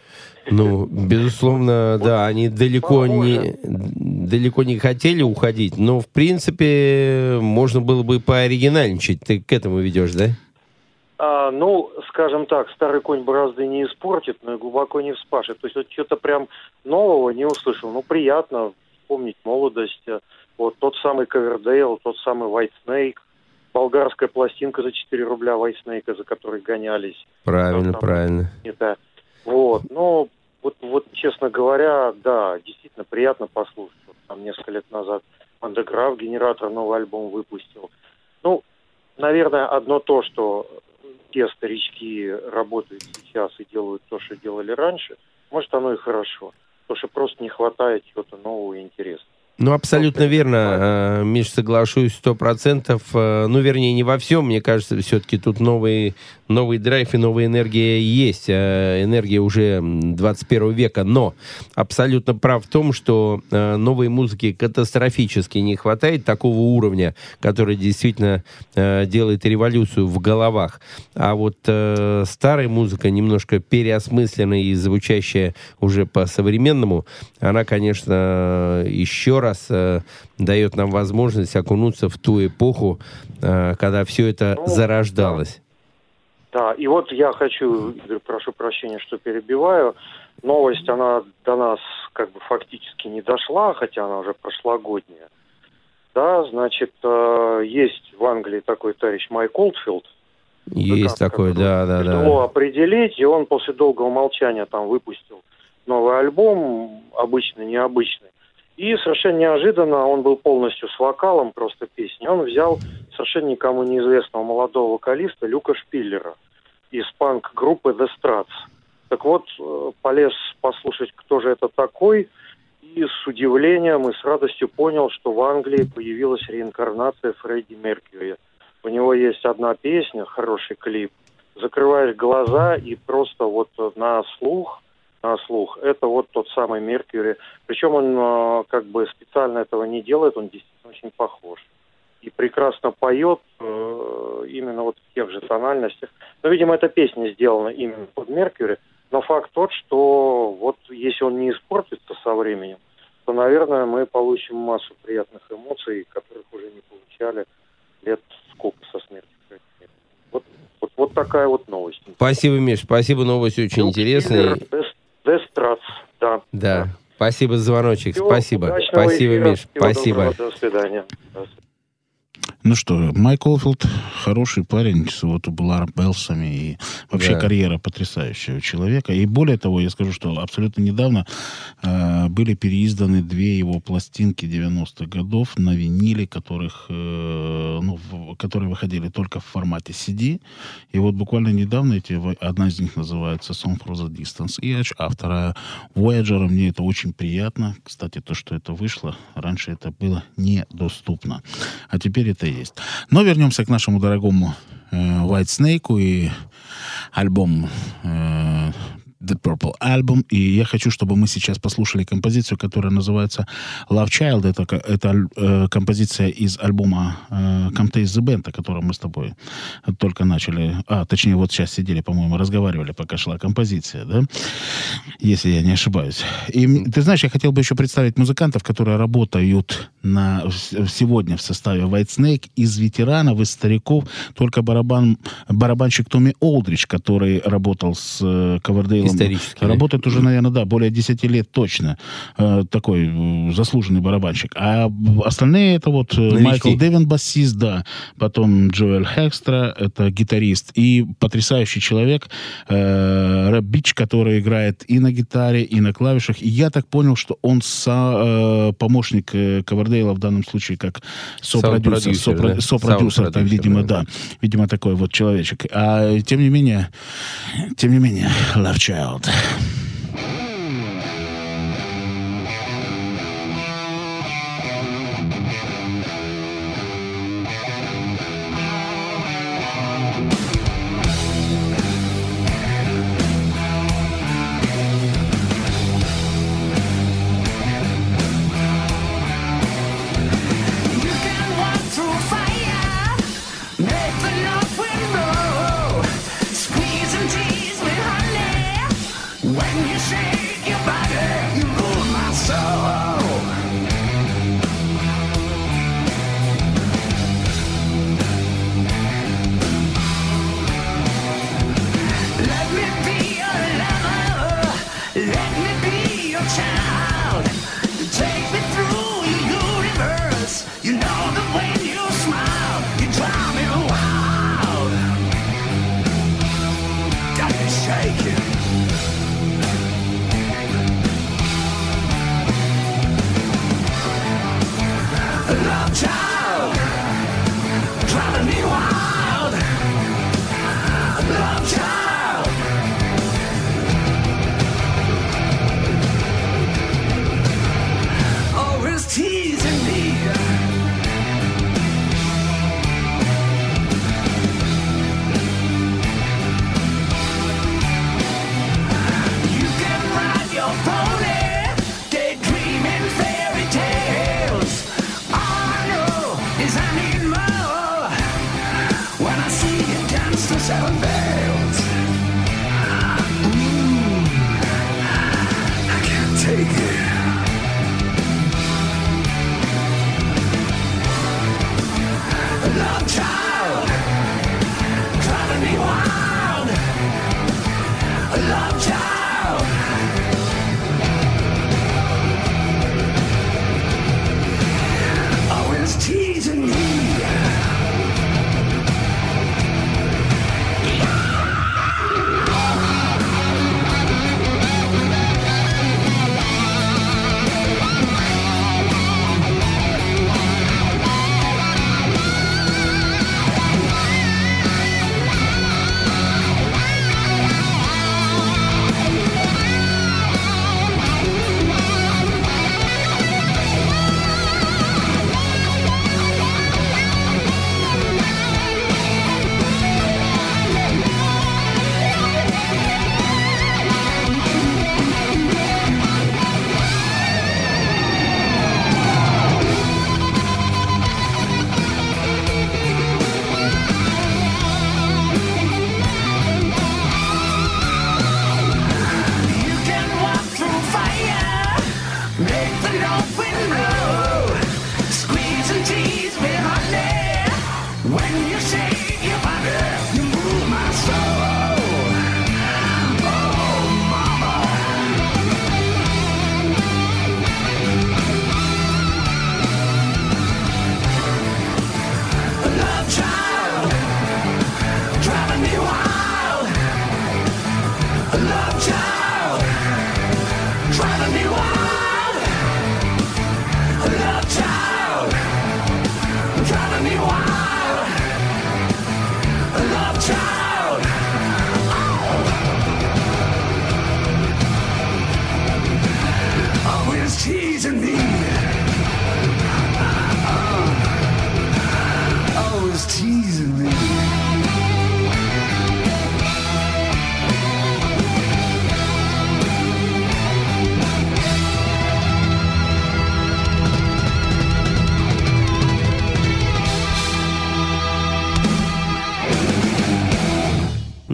Ну, безусловно, да, они далеко не, далеко не хотели уходить, но, в принципе, можно было бы пооригинальничать. Ты к этому ведешь, да? А, ну, скажем так, старый конь борозды не испортит, но и глубоко не вспашет. То есть вот что-то прям нового не услышал. Ну, приятно вспомнить молодость. Вот тот самый Ковердейл, тот самый White Snake, болгарская пластинка за четыре рубля White Snake, за которой гонялись. Правильно, там, правильно. Это, вот, ну, вот, вот, честно говоря, да, действительно приятно послушать. Вот, там несколько лет назад Underground Генератор новый альбом выпустил. Ну, наверное, одно то, что те старички работают сейчас и делают то, что делали раньше, может, оно и хорошо. Потому что просто не хватает чего-то нового и интересного. Ну, абсолютно Просто верно, Миш, соглашусь сто процентов. Ну, вернее, не во всем, мне кажется, все-таки тут новый, новый драйв и новая энергия есть. Энергия уже двадцать первого века, но абсолютно прав в том, что новой музыки катастрофически не хватает такого уровня, который действительно делает революцию в головах. А вот старая музыка, немножко переосмысленная и звучащая уже по-современному, она, конечно, еще раз раз э, дает нам возможность окунуться в ту эпоху, э, когда все это ну, зарождалось. Да. да, и вот я хочу, Игорь, прошу прощения, что перебиваю. Новость, она до нас как бы фактически не дошла, хотя она уже прошлогодняя. Да, значит, э, есть в Англии такой товарищ Майк Олдфилд. Есть такой, да, да, да. Тяжело определить, и он после долгого молчания там выпустил новый альбом, обычный, необычный. И совершенно неожиданно он был полностью с вокалом просто песни. Он взял совершенно никому неизвестного молодого вокалиста Люка Шпиллера из панк-группы The Struts. Так вот, полез послушать, кто же это такой, и с удивлением и с радостью понял, что в Англии появилась реинкарнация Фредди Меркьюри. У него есть одна песня, хороший клип. Закрываешь глаза и просто вот на слух... на слух. Это вот тот самый Меркьюри. Причем он э, как бы специально этого не делает, он действительно очень похож. И прекрасно поет э, именно вот в тех же тональностях. Но, видимо, эта песня сделана именно под Меркьюри. Но факт тот, что вот если он не испортится со временем, то, наверное, мы получим массу приятных эмоций, которых уже не получали лет сколько со смерти. Вот, вот, вот такая вот новость. Спасибо, Миш. Спасибо, новость очень Люк интересная. The Struts, да. Да. Спасибо за звоночек. Всего Спасибо. Спасибо, эфира. Миш. Всего Спасибо. Доброго. До свидания. Ну что, Майк Олдфилд хороший парень с вот Tubular Bells'ами, и вообще да. карьера потрясающего человека. И более того, я скажу, что абсолютно недавно э, были переизданы две его пластинки девяностых годов на виниле, которых, э, ну, в, которые выходили только в формате си ди. И вот буквально недавно эти, одна из них называется Song for the Distance Edge, а вторая Voyager. Мне это очень приятно. Кстати, то, что это вышло, раньше это было недоступно. А теперь это есть. Но вернемся к нашему дорогому э, White Snake и альбому э, The Purple Album, и я хочу, чтобы мы сейчас послушали композицию, которая называется Love Child. Это, это э, композиция из альбома э, Come Taste the Band, о котором мы с тобой только начали, а, точнее, вот сейчас сидели, по-моему, разговаривали, пока шла композиция, да, если я не ошибаюсь. И ты знаешь, я хотел бы еще представить музыкантов, которые работают на, сегодня в составе Whitesnake, из ветеранов, из стариков, только барабан, барабанщик Томми Олдридж, который работал с э, Ковердейлом. Исторически. Работает да? уже, наверное, да, более десяти лет точно. Э, такой э, заслуженный барабанщик. А остальные это вот э, Майкл Девин, басист, да, потом Джоэл Хекстра, это гитарист, и потрясающий человек э, Рэп Бич, который играет и на гитаре, и на клавишах. И я так понял, что он со, э, помощник э, Ковердейла в данном случае как сопродюсер, сопродюсер, да? сопродюсер там, видимо, да. да. Видимо, такой вот человечек. А тем не менее, тем не менее, Love Child.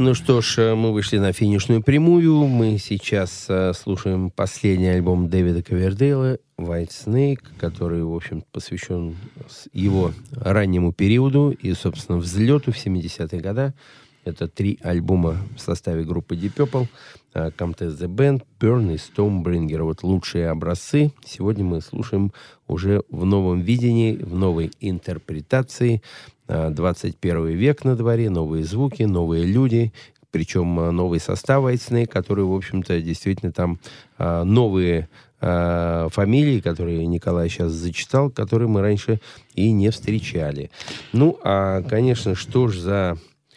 Ну что ж, мы вышли на финишную прямую. Мы сейчас uh, слушаем последний альбом Дэвида Ковердейла «White Snake», который, в общем, посвящен его раннему периоду и, собственно, взлету в семидесятые годы. Это три альбома в составе группы Deep Purple. Uh, Come Test the Band, Burn и Stonebringer. Вот лучшие образцы. Сегодня мы слушаем уже в новом видении, в новой интерпретации. двадцать первый век на дворе, новые звуки, новые люди, причем новый состав White Snake, который, в общем-то, действительно там а, новые а, фамилии, которые Николай сейчас зачитал, которые мы раньше и не встречали. Ну, а, конечно, что ж за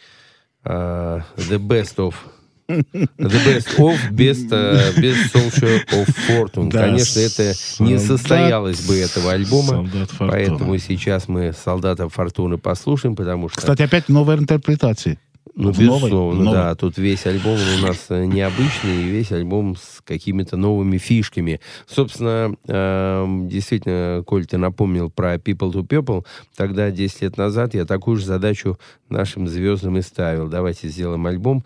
а, The Best of... The Best of без, uh, без Soldier of Fortune. Да, конечно, это солдат, не состоялось бы этого альбома. Поэтому сейчас мы Солдата Фортуны послушаем, потому что... Кстати, опять новая интерпретация. Ну, безусловно, новой, да. Тут весь альбом у нас необычный, и весь альбом с какими-то новыми фишками. Собственно, э, действительно, Коль, ты напомнил про People to People. Тогда, десять лет назад, я такую же задачу нашим звездам и ставил. Давайте сделаем альбом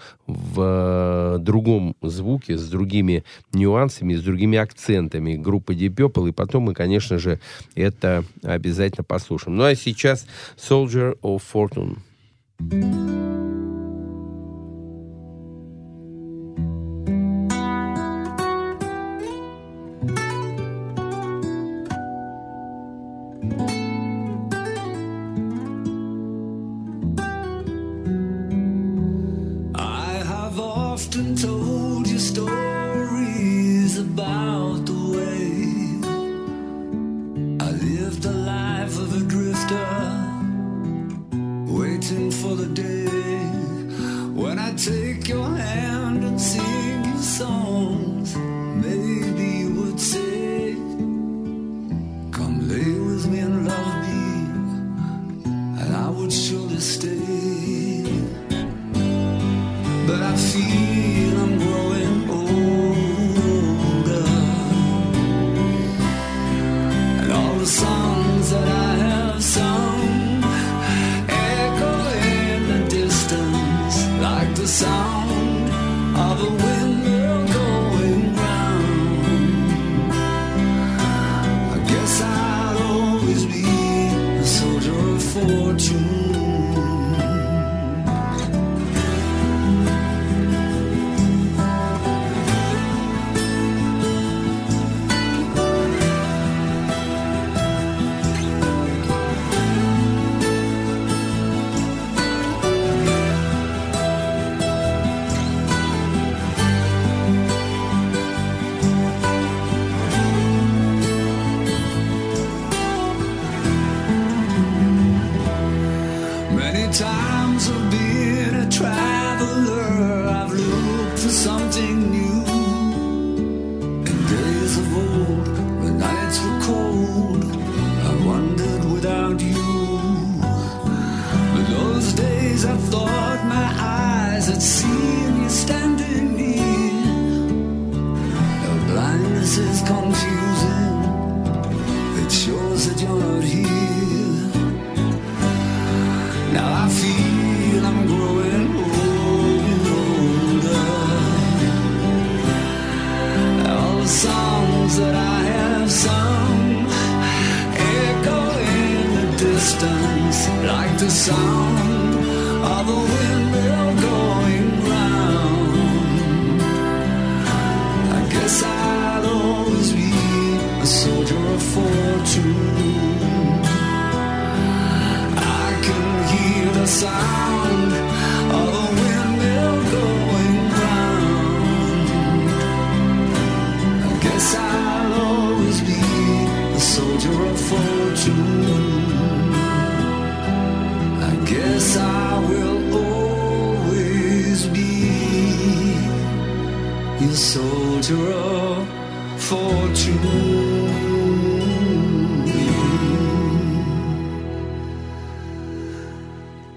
в э, другом звуке, с другими нюансами, с другими акцентами группы Deep Purple. И потом мы, конечно же, это обязательно послушаем. Ну, а сейчас Soldier of Fortune.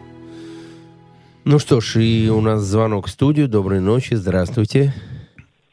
Ну что ж, и у нас звонок в студию. Доброй ночи, здравствуйте.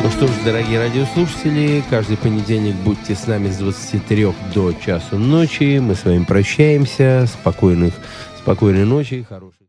Ну что ж, дорогие радиослушатели, каждый понедельник будьте с нами с двадцати трёх до часу ночи. Мы с вами прощаемся. Спокойных, спокойной ночи. Хорошей